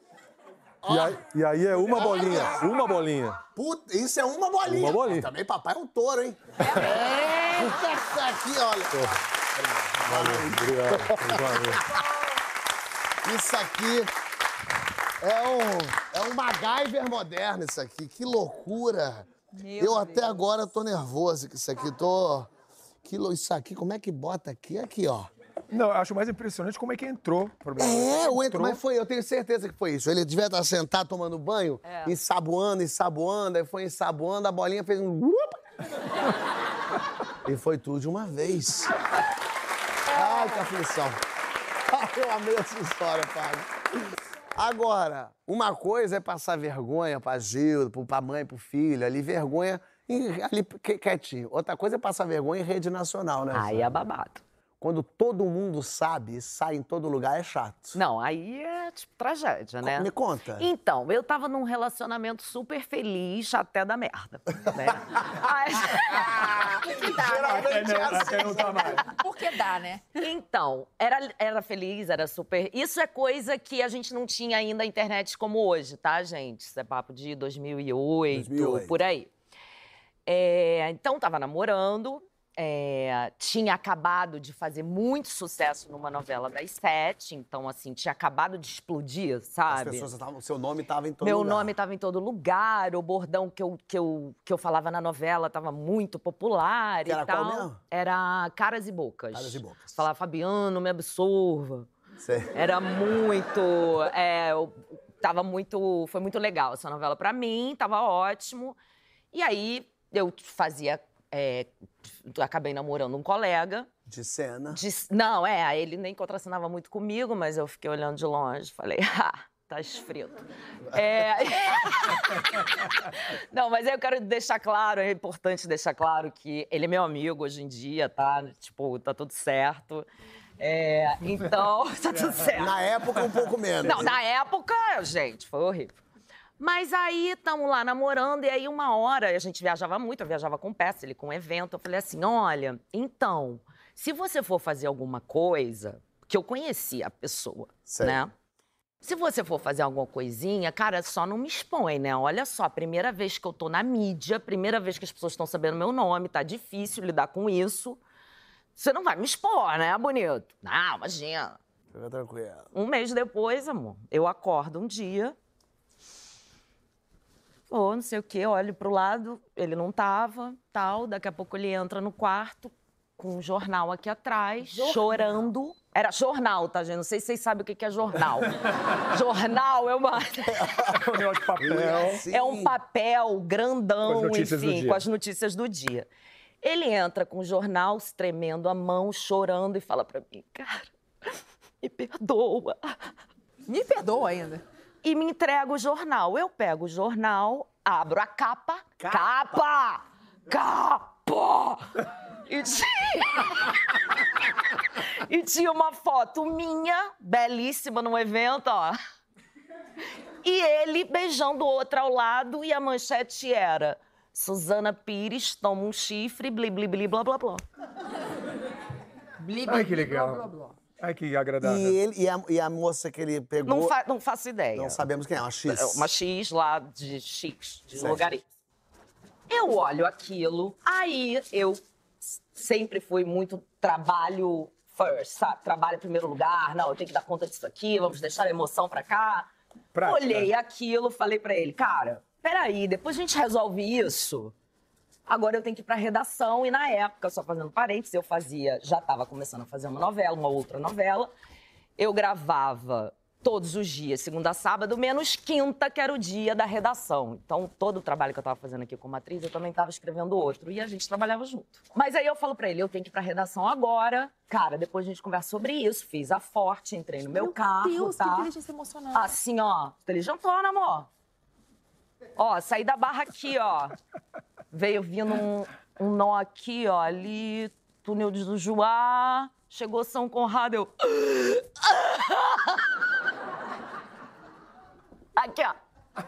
E aí é uma bolinha. Uma bolinha.
Puta, isso é uma bolinha.
Uma bolinha.
Também papai é um touro, hein? Eita, isso aqui, olha.
Valeu, obrigado. Valeu.
Isso aqui é um MacGyver moderno, isso aqui. Que loucura. Eu até agora tô nervoso com isso aqui. Isso aqui, como é que bota aqui? Aqui, ó.
Não, eu acho mais impressionante como é que entrou.
Mas foi, eu tenho certeza que foi isso. Ele devia estar sentado tomando banho, ensaboando, aí foi ensaboando, a bolinha fez um... E foi tudo de uma vez. Ai, que aflição. Eu amei essa história, Fábio. Agora, uma coisa é passar vergonha pra Gil, pra mãe, pro filho, ali, vergonha ali quietinho. Outra coisa é passar vergonha em rede nacional, né?
Aí é babado.
Quando todo mundo sabe e sai em todo lugar, é chato.
Não, aí é tipo tragédia, né?
Me conta.
Então, eu tava num relacionamento super feliz até da merda, né?
Que dá, né?
Até não tá mais.
Porque dá, né?
Então, era feliz, era super... Isso é coisa que a gente não tinha ainda a internet como hoje, tá, gente? Isso é papo de 2008. Por aí. Então, tava namorando... tinha acabado de fazer muito sucesso numa novela das 7, então, assim, tinha acabado de explodir, sabe?
As pessoas estavam... Seu nome estava em todo
Meu
lugar.
nome estava em todo lugar, o bordão que eu falava na novela estava muito popular
Que
e
era
tal.
qual mesmo?
Era Caras e Bocas.
Caras e Bocas.
Falava, Fabiano, me absorva.
Sei.
Era muito... foi muito legal essa novela pra mim, tava ótimo. E aí, eu fazia... acabei namorando um colega.
De cena.
Não, ele nem contracenava muito comigo, mas eu fiquei olhando de longe, falei, tá esfrito. Não, mas eu quero deixar claro, é importante deixar claro que ele é meu amigo hoje em dia, tá? Tipo, tá tudo certo. Então, tá tudo certo.
Na época, um pouco menos.
Não, na época, gente, foi horrível. Mas aí, estamos lá namorando, e aí uma hora, a gente viajava muito, eu viajava com peça, ele com evento, eu falei assim, olha, então, se você for fazer alguma coisa, que eu conhecia a pessoa, né? Se você for fazer alguma coisinha, cara, só não me expõe, né? Olha só, primeira vez que eu tô na mídia, primeira vez que as pessoas estão sabendo meu nome, tá difícil lidar com isso. Você não vai me expor, né, bonito? Não, imagina.
Fica tranquilo.
Um mês depois, amor, eu acordo um dia... não sei o quê, olho pro lado, ele não tava, tal. Daqui a pouco ele entra no quarto com um jornal aqui atrás, chorando. Era jornal, tá, gente? Não sei se vocês sabem o que é jornal. Jornal é uma...
de papel.
É um papel grandão,
enfim,
com as notícias do dia. Ele entra com o jornal, tremendo a mão, chorando e fala pra mim, cara, me perdoa.
Me perdoa ainda.
E me entrega o jornal. Eu pego o jornal, abro a capa. Capa! E tinha uma foto minha, belíssima, num evento, ó. E ele beijando outra ao lado, e a manchete era... Suzana Pires toma um chifre, bli, bli, bli, blá, blá, blá.
Ai, que legal.
Blá, blá, blá.
Ai, que agradável.
E a moça que ele pegou...
Não faço ideia.
Não sabemos quem é, uma X.
Uma X lá de X, de lugares. Eu olho aquilo, aí eu sempre fui muito trabalho first, sabe? Trabalho em primeiro lugar, não, eu tenho que dar conta disso aqui, vamos deixar a emoção pra cá.
Prática.
Olhei aquilo, falei pra ele, cara, peraí, depois a gente resolve isso. agora eu tenho que ir pra redação. E na época, só fazendo parênteses, já estava começando a fazer uma outra novela. Eu gravava todos os dias, segunda a sábado, menos quinta, que era o dia da redação. Então, todo o trabalho que eu estava fazendo aqui como atriz, eu também estava escrevendo outro. E a gente trabalhava junto. Mas aí eu falo pra ele, eu tenho que ir pra redação agora. Cara, depois a gente conversa sobre isso. Fiz a forte, entrei no meu carro,
Meu Deus,
tá?
que inteligência emocional.
Assim, ó. Inteligentona, amor. Ó, saí da barra aqui, ó. Veio vindo um nó aqui, ó. Ali, túnel de Juá. Chegou São Conrado, eu... Aqui, ó.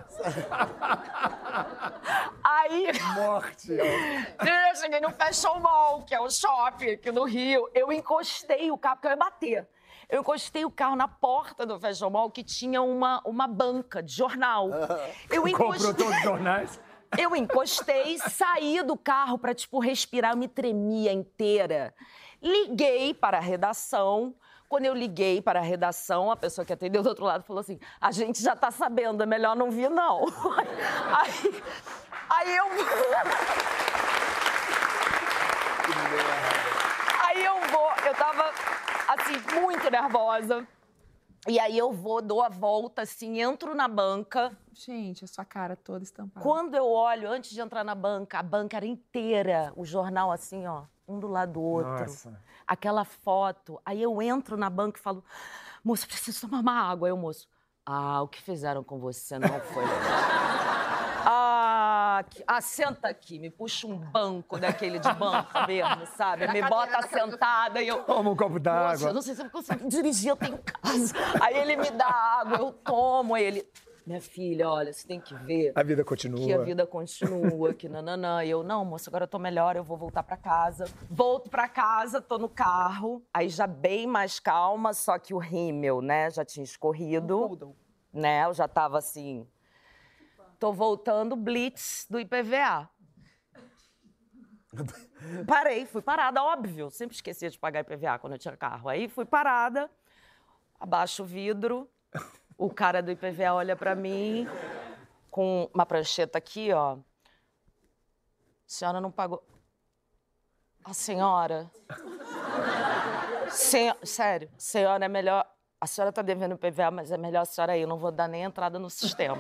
Aí...
Morte.
Eu cheguei no Fashion Mall, que é o shopping aqui no Rio. Eu encostei o carro, porque eu ia bater. Eu encostei o carro na porta do Fashion Mall, que tinha uma banca de jornal.
Comprou todos os jornais.
Eu encostei, saí do carro pra, tipo, respirar. Eu me tremia inteira. Liguei para a redação. Quando eu liguei para a redação, a pessoa que atendeu do outro lado falou assim, a gente já tá sabendo, é melhor não vir, não. Aí eu... Eu tava, assim, muito nervosa. E aí eu dou a volta, assim, entro na banca.
Gente, a sua cara toda estampada.
Quando eu olho, antes de entrar na banca, a banca era inteira, o jornal assim, ó, um do lado do outro.
Nossa.
Aquela foto. Aí eu entro na banca e falo, moço, preciso tomar uma água. Aí o moço, o que fizeram com você não foi senta aqui, me puxa um banco daquele de banco mesmo, sabe? Me bota sentada e eu...
Toma um copo d'água.
Eu não sei se eu consigo dirigir, eu tenho casa. Aí ele me dá água, eu tomo, aí ele... Minha filha, olha, você tem que ver...
A vida continua.
Que a vida continua, que nananã. E eu, não, moça, agora eu tô melhor, eu vou voltar pra casa. Volto pra casa, tô no carro. Aí já bem mais calma, só que o rímel, né, já tinha escorrido. Né, eu já tava assim... Tô voltando, blitz do IPVA. Parei, fui parada, óbvio. Sempre esquecia de pagar IPVA quando eu tinha carro. Aí fui parada, abaixo o vidro. O cara do IPVA olha pra mim com uma prancheta aqui, ó. A senhora não pagou... A senhora... Sério, senhora é melhor... A senhora tá devendo IPVA, mas é melhor a senhora ir. Eu não vou dar nem entrada no sistema.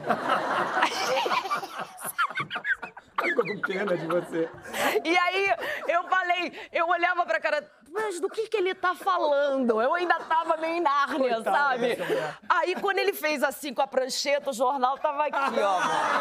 Ficou com pena de você.
E aí, eu olhava pra cara, mas do que ele tá falando? Eu ainda tava meio em Nárnia,
Coitada,
sabe?
dessa mulher.
Aí, quando ele fez assim com a prancheta, o jornal tava aqui, ó.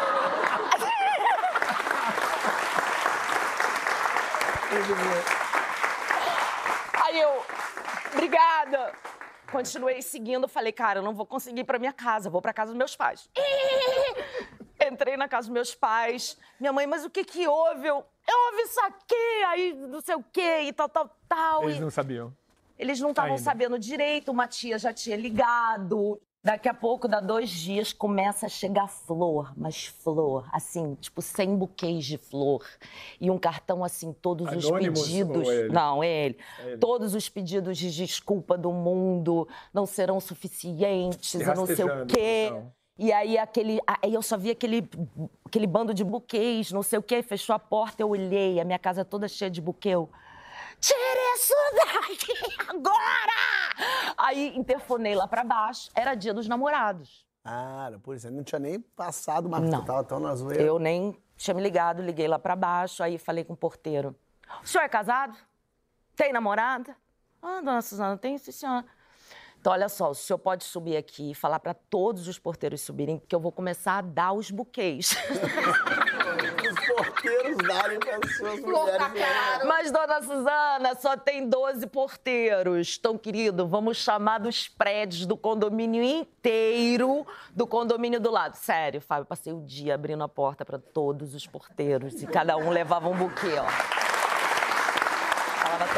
Aí eu, obrigada. Continuei seguindo, falei, cara, eu não vou conseguir ir pra minha casa, vou pra casa dos meus pais. Entrei na casa dos meus pais. Minha mãe, mas o que houve? Eu ouvi isso aqui, aí não sei o quê, e tal.
Eles não sabiam.
Eles não estavam
Ainda.
sabendo direito, uma tia já tinha ligado. Daqui a pouco, dá 2 dias, começa a chegar flor, mas flor, assim, tipo 100 buquês de flor. E um cartão, assim, todos
Anônimos,
os pedidos...
ou ele?
Não, é ele.
É ele.
Todos os pedidos de desculpa do mundo não serão suficientes, eu não sei o
rastejando,
quê.
então.
E aí, aí eu só vi aquele bando de buquês, não sei o quê, fechou a porta, eu olhei, a minha casa toda cheia de buquê, eu... Tira isso daqui agora! Aí interfonei lá pra baixo, era dia dos namorados.
Por isso, não tinha nem passado, mas
Não.
tava tão na zoeira.
Eu nem tinha me ligado, liguei lá pra baixo, aí falei com o porteiro. O senhor é casado? Tem namorada? Dona Suzana, tem sim, senhora. Então, olha só, o senhor pode subir aqui e falar pra todos os porteiros subirem, porque eu vou começar a dar os buquês.
Os porteiros darem para as suas mulheres.
Mas, dona Suzana, só tem 12 porteiros. Então, querido, vamos chamar dos prédios do condomínio inteiro, do condomínio do lado. Sério, Fábio, passei o dia abrindo a porta para todos os porteiros e cada um levava um buquê, ó. Falava,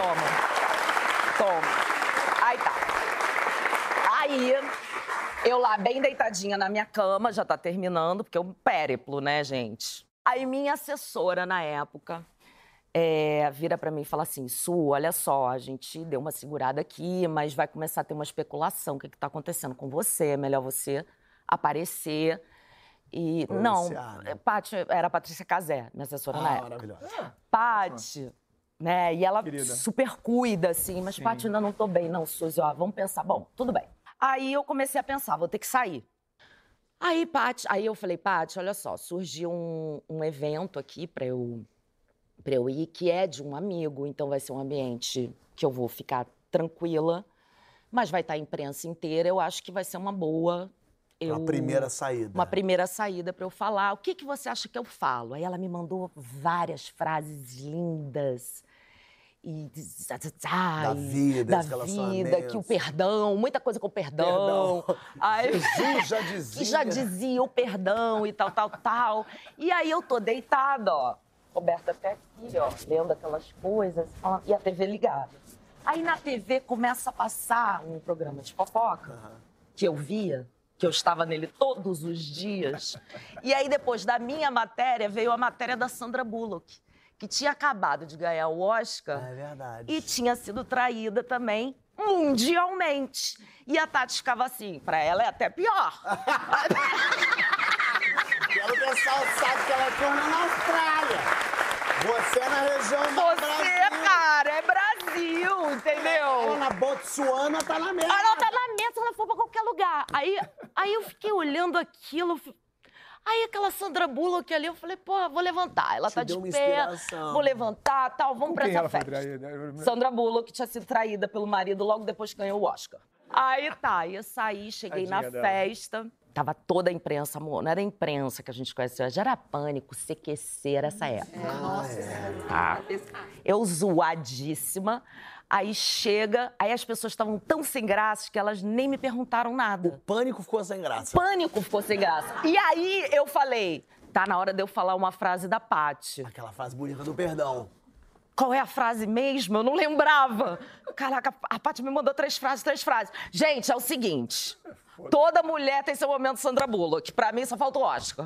toma. Aí tá. Aí, eu lá bem deitadinha na minha cama, já tá terminando, porque é um périplo, né, gente? Aí minha assessora, na época, vira pra mim e fala assim, Su, olha só, a gente deu uma segurada aqui, mas vai começar a ter uma especulação. O que tá acontecendo com você? É melhor você aparecer E, não, Paty, era a Patrícia Cazé, minha assessora na época.
Maravilhosa.
Paty, né? E ela
Querida.
super cuida, assim. Mas, Paty, ainda não tô bem, não, Suzy. Ó, vamos pensar. Bom, tudo bem. Aí eu comecei a pensar, vou ter que sair. Aí eu falei, Paty, olha só, surgiu um evento aqui pra eu ir, que é de um amigo. Então vai ser um ambiente que eu vou ficar tranquila, mas vai estar a imprensa inteira. Eu acho que vai ser uma boa...
Uma primeira saída.
Uma primeira saída para eu falar. O que você acha que eu falo? Aí ela me mandou várias frases lindas. E
da vida,
que o perdão, muita coisa com perdão. Aí,
Jesus já dizia.
Que já dizia o perdão e tal. E aí eu tô deitada, ó, coberta até aqui, ó, lendo aquelas coisas, e a TV ligada. Aí na TV começa a passar um programa de fofoca, que eu via, que eu estava nele todos os dias. E aí, depois da minha matéria, veio a matéria da Sandra Bullock, que tinha acabado de ganhar o Oscar.
É verdade.
E tinha sido traída também mundialmente. E a Tati ficava assim, pra ela é até pior.
O pessoal sabe que ela é corna na Austrália. Você é na região do Brasil.
Você, cara, é Brasil, entendeu?
Ela na Botsuana tá na merda.
Ela tá na mesa, ela for pra qualquer lugar. Aí eu fiquei olhando aquilo. Aí aquela Sandra Bullock ali, eu falei, pô, vou levantar. Ela tá de pé, vou levantar, tal, vamos pra essa festa. Sandra Bullock tinha sido traída pelo marido logo depois que ganhou o Oscar. Aí tá, eu saí, cheguei na festa. Tava toda a imprensa, amor. Não era a imprensa que a gente conhece hoje, era Pânico, CQC, era essa época. Eu zoadíssima. Aí chega, aí as pessoas estavam tão sem graça que elas nem me perguntaram nada.
O Pânico ficou sem graça.
Pânico ficou sem graça. E aí eu falei, tá na hora de eu falar uma frase da Paty.
Aquela frase bonita do perdão.
Qual é a frase mesmo? Eu não lembrava. Caraca, a Paty me mandou três frases. Gente, é o seguinte. Toda mulher tem seu momento Sandra Bullock. Pra mim, só falta o Oscar.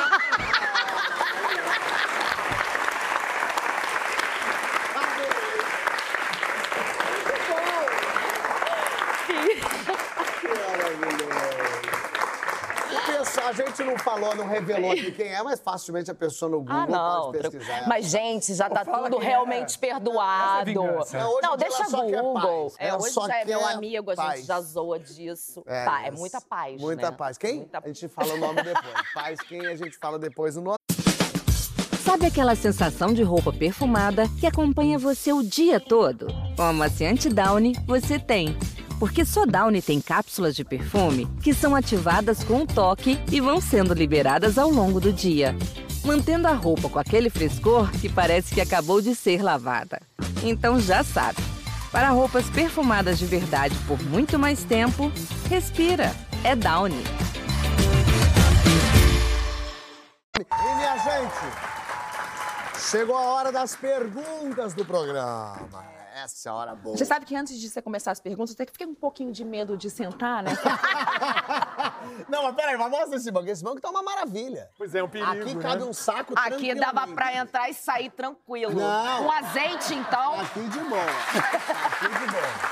A gente não falou, não revelou aqui quem é, mas facilmente a pessoa no Google pode pesquisar.
Mas, gente, já tá tudo realmente perdoado. Não, deixa Google. Hoje já é meu amigo, a gente já zoa disso. É muita paz,
Muita paz. Quem? A gente fala o nome depois. Paz, quem a gente fala depois o nome.
Sabe aquela sensação de roupa perfumada que acompanha você o dia todo? Com a amaciante Downy, você tem. Porque só Downy tem cápsulas de perfume que são ativadas com um toque e vão sendo liberadas ao longo do dia, mantendo a roupa com aquele frescor que parece que acabou de ser lavada. Então já sabe, para roupas perfumadas de verdade por muito mais tempo, respira, é Downy.
E minha gente, chegou a hora das perguntas do programa. Essa é a hora boa.
Você sabe que antes de você começar as perguntas, eu até fiquei um pouquinho de medo de sentar, né?
Não, mas peraí, mostra esse banco. Esse banco tá uma maravilha.
Pois é, um perigo,
Aqui
né?
cabe um saco
Aqui dava pra entrar e sair tranquilo.
Não.
Com azeite, então.
Aqui de boa. Aqui de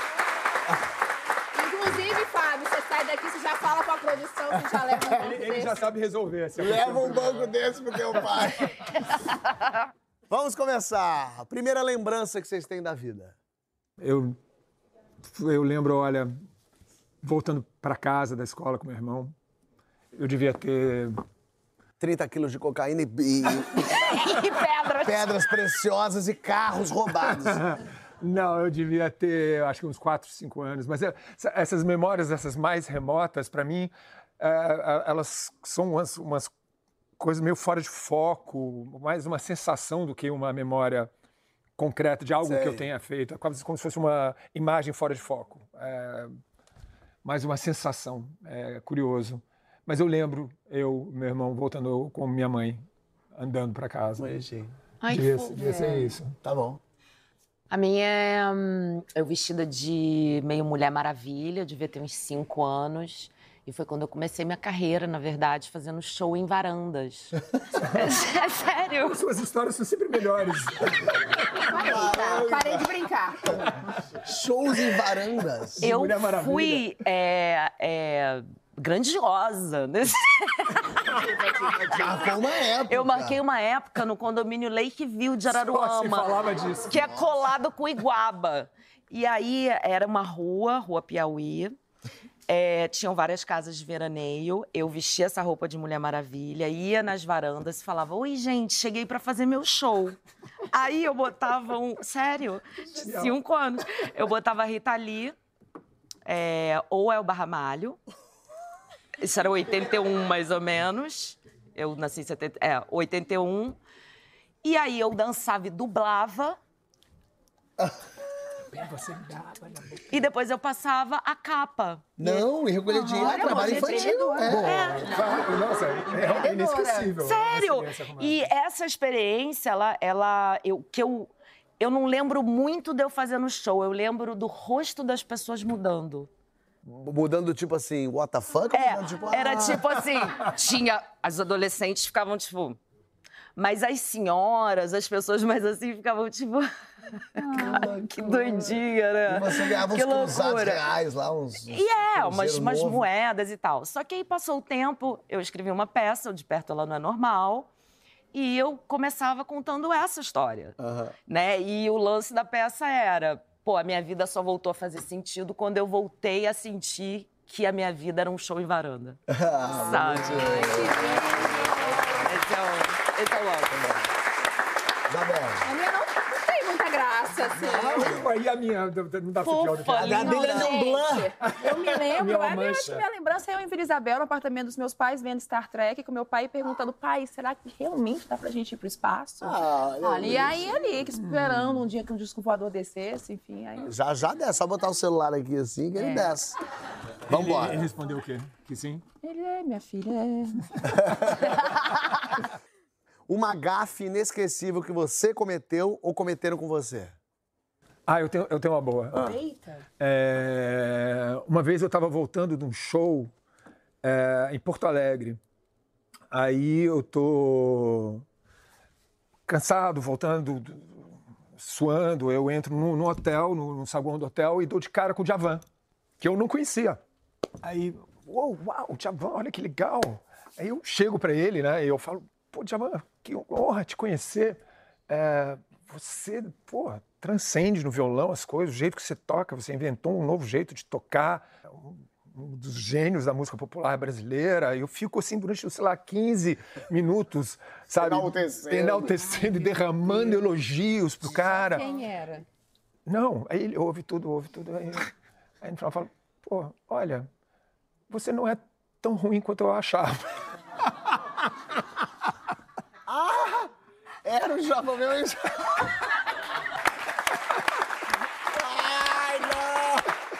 boa.
Inclusive, Fábio, você sai daqui, você já fala com a produção, você já leva um banco
Ele
desse.
já sabe resolver. Assim,
Leva um banco desse pro teu pai. Vamos começar. A primeira lembrança que vocês têm da vida.
Eu lembro, olha, voltando para casa da escola com meu irmão, eu devia ter
30 quilos de cocaína e
E pedras.
pedras preciosas e carros roubados.
Não, eu devia ter, eu acho que uns 4, 5 anos. Mas essas memórias, essas mais remotas, para mim, elas são umas coisas meio fora de foco, mais uma sensação do que uma memória concreta de algo que eu tenha feito. É quase como se fosse uma imagem fora de foco. Mais uma sensação. É curioso. Mas eu lembro, meu irmão, voltando com minha mãe, andando para casa.
Ai,
Devia ser isso.
Tá bom.
A minha é eu vestida de meio Mulher Maravilha, devia ter uns 5 anos. E foi quando eu comecei minha carreira, na verdade, fazendo show em varandas. É sério.
Suas histórias são sempre melhores.
Parei de brincar.
Shows em varandas.
Eu
Mulher Maravilha.
fui grandiosa.
Marcou uma época.
Eu marquei uma época no condomínio Lakeview de
Só se
Araruama,
falava disso.
que é colado com Iguaba. E aí era uma Rua Piauí. Tinham várias casas de veraneio. Eu vestia essa roupa de Mulher Maravilha, ia nas varandas e falava: oi, gente, cheguei pra fazer meu show. Aí eu botava Sério, de 5 anos. Eu botava a Rita Lee, ou Elba Ramalho. Isso era 81, mais ou menos. Eu nasci em 81. E aí eu dançava e dublava. E depois eu passava a capa.
Não, e recolher dinheiro, trabalho infantil.
Nossa, é inesquecível.
Sério! E essa experiência, eu não lembro muito de eu fazendo show. Eu lembro do rosto das pessoas mudando.
Mudando, tipo assim, what the fuck? Mudando, tipo,
Era tipo assim, as adolescentes ficavam tipo... Mas as senhoras, as pessoas mais assim, ficavam tipo... que doidinha, né?
E você ganhava uns cruzados reais lá, uns
umas moedas e tal. Só que aí passou o tempo, eu escrevi uma peça, o De Perto Ela Não É Normal, e eu começava contando essa história, né? E o lance da peça era, a minha vida só voltou a fazer sentido quando eu voltei a sentir que a minha vida era um show em varanda. Sabe? Esse é o lance.
A minha não tem muita graça, assim.
Aí a minha não dá pra ser pior do que
A dele é um blanc.
Eu me lembro,
Minha
eu acho que minha lembrança é eu em Vila Isabel, no apartamento dos meus pais, vendo Star Trek, com meu pai perguntando: pai, será que realmente dá pra gente ir pro espaço? E aí, esperando um dia que um disco voador descesse, enfim. Aí...
Já desce, só botar o celular aqui assim que ele desce. Vambora.
Ele respondeu o quê? Que sim?
Ele minha filha,
Uma gafe inesquecível que você cometeu ou cometeram com você?
Eu tenho uma boa.
Eita!
Uma vez eu estava voltando de um show em Porto Alegre. Aí eu tô cansado, voltando, suando. Eu entro no hotel, no saguão do hotel, e dou de cara com o Djavan, que eu não conhecia. Aí, uau, Djavan, olha que legal. Aí eu chego para ele, né, e eu falo: pô, Djavan, que honra te conhecer. Você, transcende no violão as coisas, o jeito que você toca, você inventou um novo jeito de tocar, um dos gênios da música popular brasileira. Eu fico assim durante, 15 minuto, sabe? Enaltecendo e derramando elogios pro cara.
Quem era?
Não, aí ele ouve tudo. Aí no final fala: olha, você não é tão ruim quanto eu achava.
Era o Djavan mesmo. Ai, não!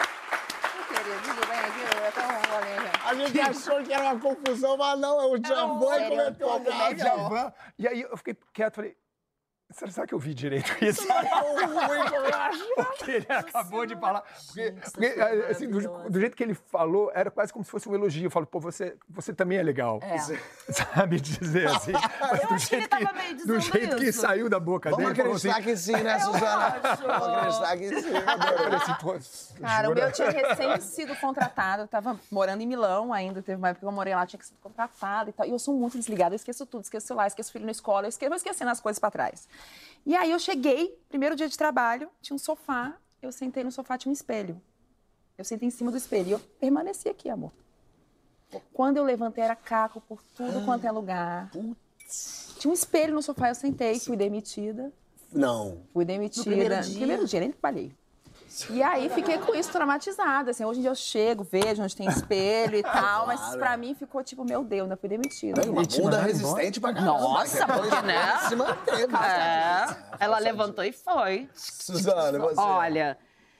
A gente achou que era uma confusão, mas não, é o Djavan e comentou a
Djavan. E aí eu fiquei quieto, falei: será que eu vi direito isso? Porque ele acabou de falar. Porque assim, do jeito que ele falou, era quase como se fosse um elogio. Eu falo: você também é legal. Sabe dizer assim. Mas do jeito que saiu da boca dele.
Vamos acreditar que sim, né, Suzana? Vamos acreditar que sim.
Cara, o meu tinha recém sido contratado. Eu tava morando em Milão ainda. Teve uma época que eu morei lá, tinha que ser contratado e tal. E eu sou muito desligada, eu esqueço tudo. Esqueço o celular, esqueço o filho na escola, eu vou esquecendo as coisas pra trás. E aí eu cheguei, primeiro dia de trabalho, tinha um sofá, eu sentei no sofá, tinha um espelho. Eu sentei em cima do espelho e eu permaneci aqui, amor. Quando eu levantei, era caco por tudo quanto é lugar. Tinha um espelho no sofá, eu sentei, fui demitida.
Não.
Fui demitida.
No
primeiro dia, nem trabalhei. E aí fiquei com isso traumatizada, assim, hoje em dia eu chego, vejo onde tem espelho e tal, mas pra mim ficou tipo, meu Deus, ainda fui demitida.
Uma bunda resistente pra caramba.
Nossa, porque, né?
Se manteve.
Ela levantou e foi.
Suzana, você?
Olha,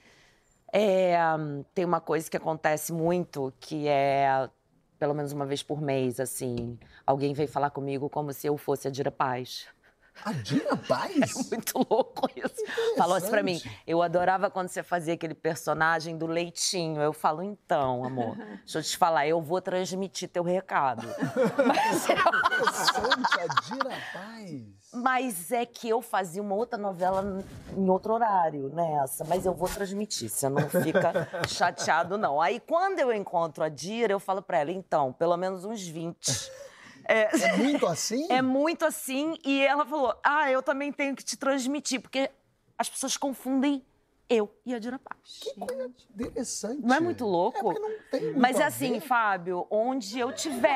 tem uma coisa que acontece muito, que é, pelo menos uma vez por mês, assim, alguém vem falar comigo como se eu fosse a Dira Paz.
A Dira Paz?
Muito louco isso. Falou assim pra mim, eu adorava quando você fazia aquele personagem do leitinho. Eu falo, então, amor, deixa eu te falar, eu vou transmitir teu recado.
Interessante, a Dira Paz.
Mas é que eu fazia uma outra novela em outro horário, nessa. Mas eu vou transmitir, você não fica chateado, não. Aí, quando eu encontro a Dira, eu falo pra ela, então, pelo menos uns 20.
É muito assim?
É muito assim. E ela falou, eu também tenho que te transmitir, porque as pessoas confundem eu e a Dira Paz.
Que coisa interessante.
Não é muito louco?
É porque não tem muito
Mas é
a
assim,
ver.
Fábio, onde eu tiver.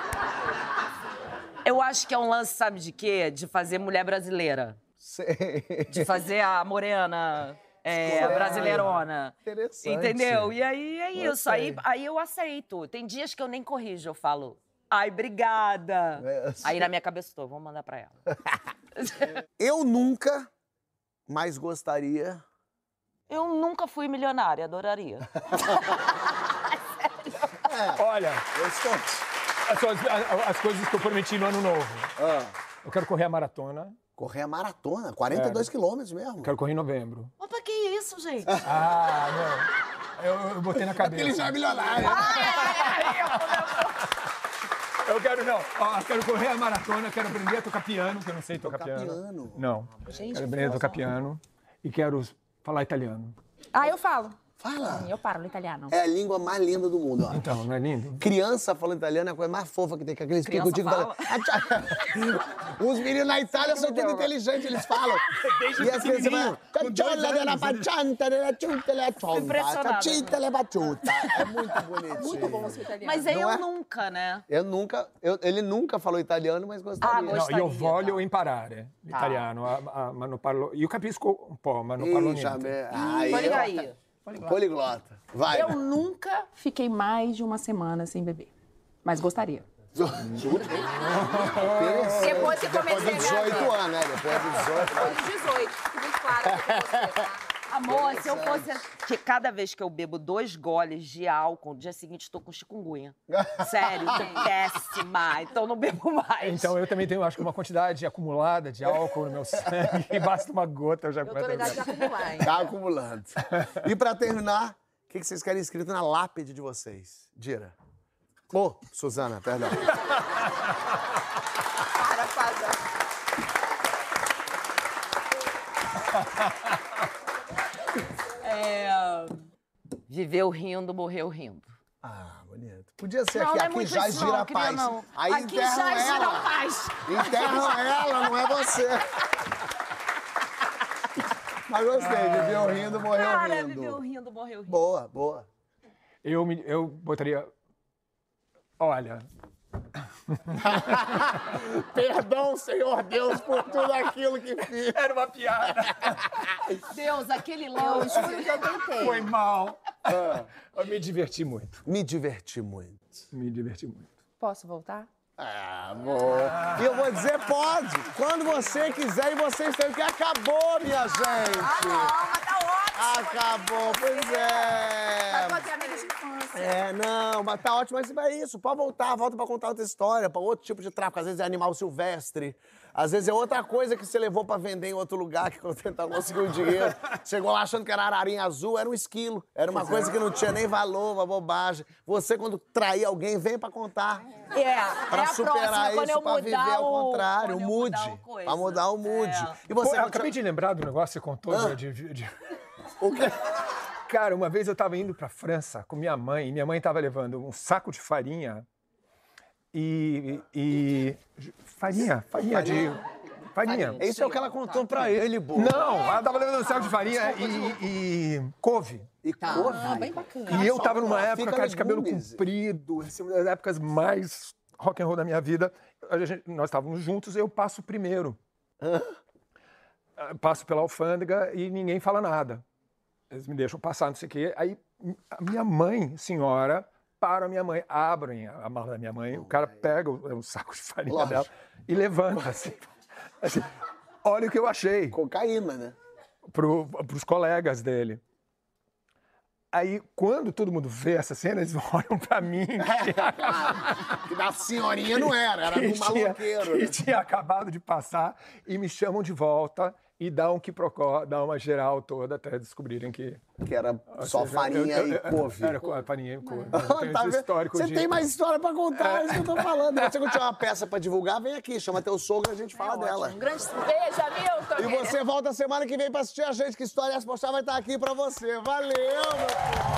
Eu acho que é um lance, sabe de quê? De fazer mulher brasileira.
Sei.
De fazer a morena brasileirona.
Interessante.
Entendeu? E aí é isso.
Gostei.
Aí eu aceito. Tem dias que eu nem corrijo, eu falo, ai, obrigada. Aí na minha cabeça estou, vamos mandar pra ela.
Eu nunca mais gostaria...
Eu nunca fui milionária, adoraria.
Olha,
Eu estou...
as coisas que eu prometi no ano novo. Eu quero correr a maratona.
Correr a maratona, 42 quilômetros mesmo.
Quero correr em novembro.
Mas pra que isso, gente?
Não. Eu botei na cabeça.
Ele já é milionário.
Eu quero, não. Eu quero correr a maratona, quero aprender a tocar piano, porque eu não sei tocar piano. Não. Quero aprender a tocar piano e quero falar italiano.
Eu falo.
Fala.
Eu paro no italiano.
É a língua mais linda do mundo, ó.
Então, não é lindo?
Criança falando italiano é a coisa mais fofa que tem, que aqueles picotinhos falando. Os meninos na Itália são tudo inteligentes, eles falam. E as crianças falam. É muito bonitinho.
Muito bom o seu italiano.
Mas aí
Não
eu
é?
nunca, né?
Ele nunca falou italiano, mas gostaria.
No, io voglio imparare l'italiano, ma non parlo... Io capisco un po', ma non parlo niente.
Aí.
Poliglota. Vai.
Eu nunca fiquei mais de uma semana sem beber. Mas gostaria. Depois que comecei
Depois de 18 anos, né? Depois de 18 anos.
Depois de 18. Fique muito claro pra você, tá?
Amor, se eu fosse... Que cada vez que eu bebo 2 goles de álcool, no dia seguinte estou com chikungunya. Sério, tô péssima. Então não bebo mais.
Então eu também tenho, acho que uma quantidade acumulada de álcool no meu sangue. E basta uma gota, eu já começo a
Autoridade de acumular, hein?
Tá acumulando. E pra terminar, o que vocês querem escrito na lápide de vocês? Dira. Suzana, perdão.
Para, Fada.
Viveu rindo, morreu rindo.
Bonito. Podia ser
Não,
aqui,
não é
aqui
muito
já
isso,
gira
não, queria
paz.
não.
Aí
Aqui
enterram
já gira
ela.
paz.
Enterram ela, não é você. Mas gostei, viveu rindo, morreu
Cara,
rindo.
viveu rindo, morreu rindo.
Boa, boa.
Eu botaria... Olha...
Perdão, Senhor Deus, por tudo aquilo que fiz.
Era uma piada.
Deus, aquele
Eu
lanche.
juro que eu tentei.
Foi mal. Eu me diverti muito.
Me diverti muito.
Me diverti muito.
Posso voltar?
Amor. E eu vou dizer, pode. Quando você quiser e vocês têm, que acabou, minha gente.
Mas tá ótimo.
Acabou, pois é.
Tô aqui, amiga de infância.
Não, mas tá ótimo, mas é isso. Pode voltar, volta pra contar outra história, pra outro tipo de tráfico. Às vezes é animal silvestre, às vezes é outra coisa que você levou pra vender em outro lugar, que quando tentar conseguir o dinheiro. Chegou lá achando que era ararinha azul, era um esquilo. Era uma coisa que não tinha nem valor, uma bobagem. Você, quando trair alguém, vem pra contar. Pra superar isso, pra viver ao contrário, o mood. Pra mudar o mood. E você,
eu acabei de lembrar do negócio que você contou
O quê?
Cara, uma vez eu tava indo pra França com minha mãe, e minha mãe tava levando um saco de farinha farinha.
Isso é o que ela contou pra ele, Bo.
Não, ela tava levando um saco de farinha e couve.
E couve.
Bem bacana.
E eu tava numa época,
fica
cara, de cabelo
legumes.
comprido, assim, uma das épocas mais rock and roll da minha vida. Nós estávamos juntos, eu passo primeiro. Passo pela alfândega e ninguém fala nada. Eles me deixam passar, não sei o quê. Aí a minha mãe, senhora, para a minha mãe, abrem a mala da minha mãe, o cara pega o saco de farinha dela e levanta, assim. Olha o que eu achei.
Cocaína, né?
Pros colegas dele. Aí, quando todo mundo vê essa cena, eles olham pra mim.
Que da senhorinha não era do maloqueiro.
Que tinha acabado de passar e me chamam de volta e dão um quiprocó, dão uma geral toda até descobrirem que
era só farinha e couve.
Era farinha e couve.
Tá você tem mais história pra contar, é isso que eu tô falando. Se você tiver uma peça pra divulgar, vem aqui, chama teu sogro e a gente fala dela.
Um grande beijo, Hamilton.
E você volta semana que vem pra assistir a gente, que História é Essa Poxa vai estar aqui pra você. Valeu, meu filho.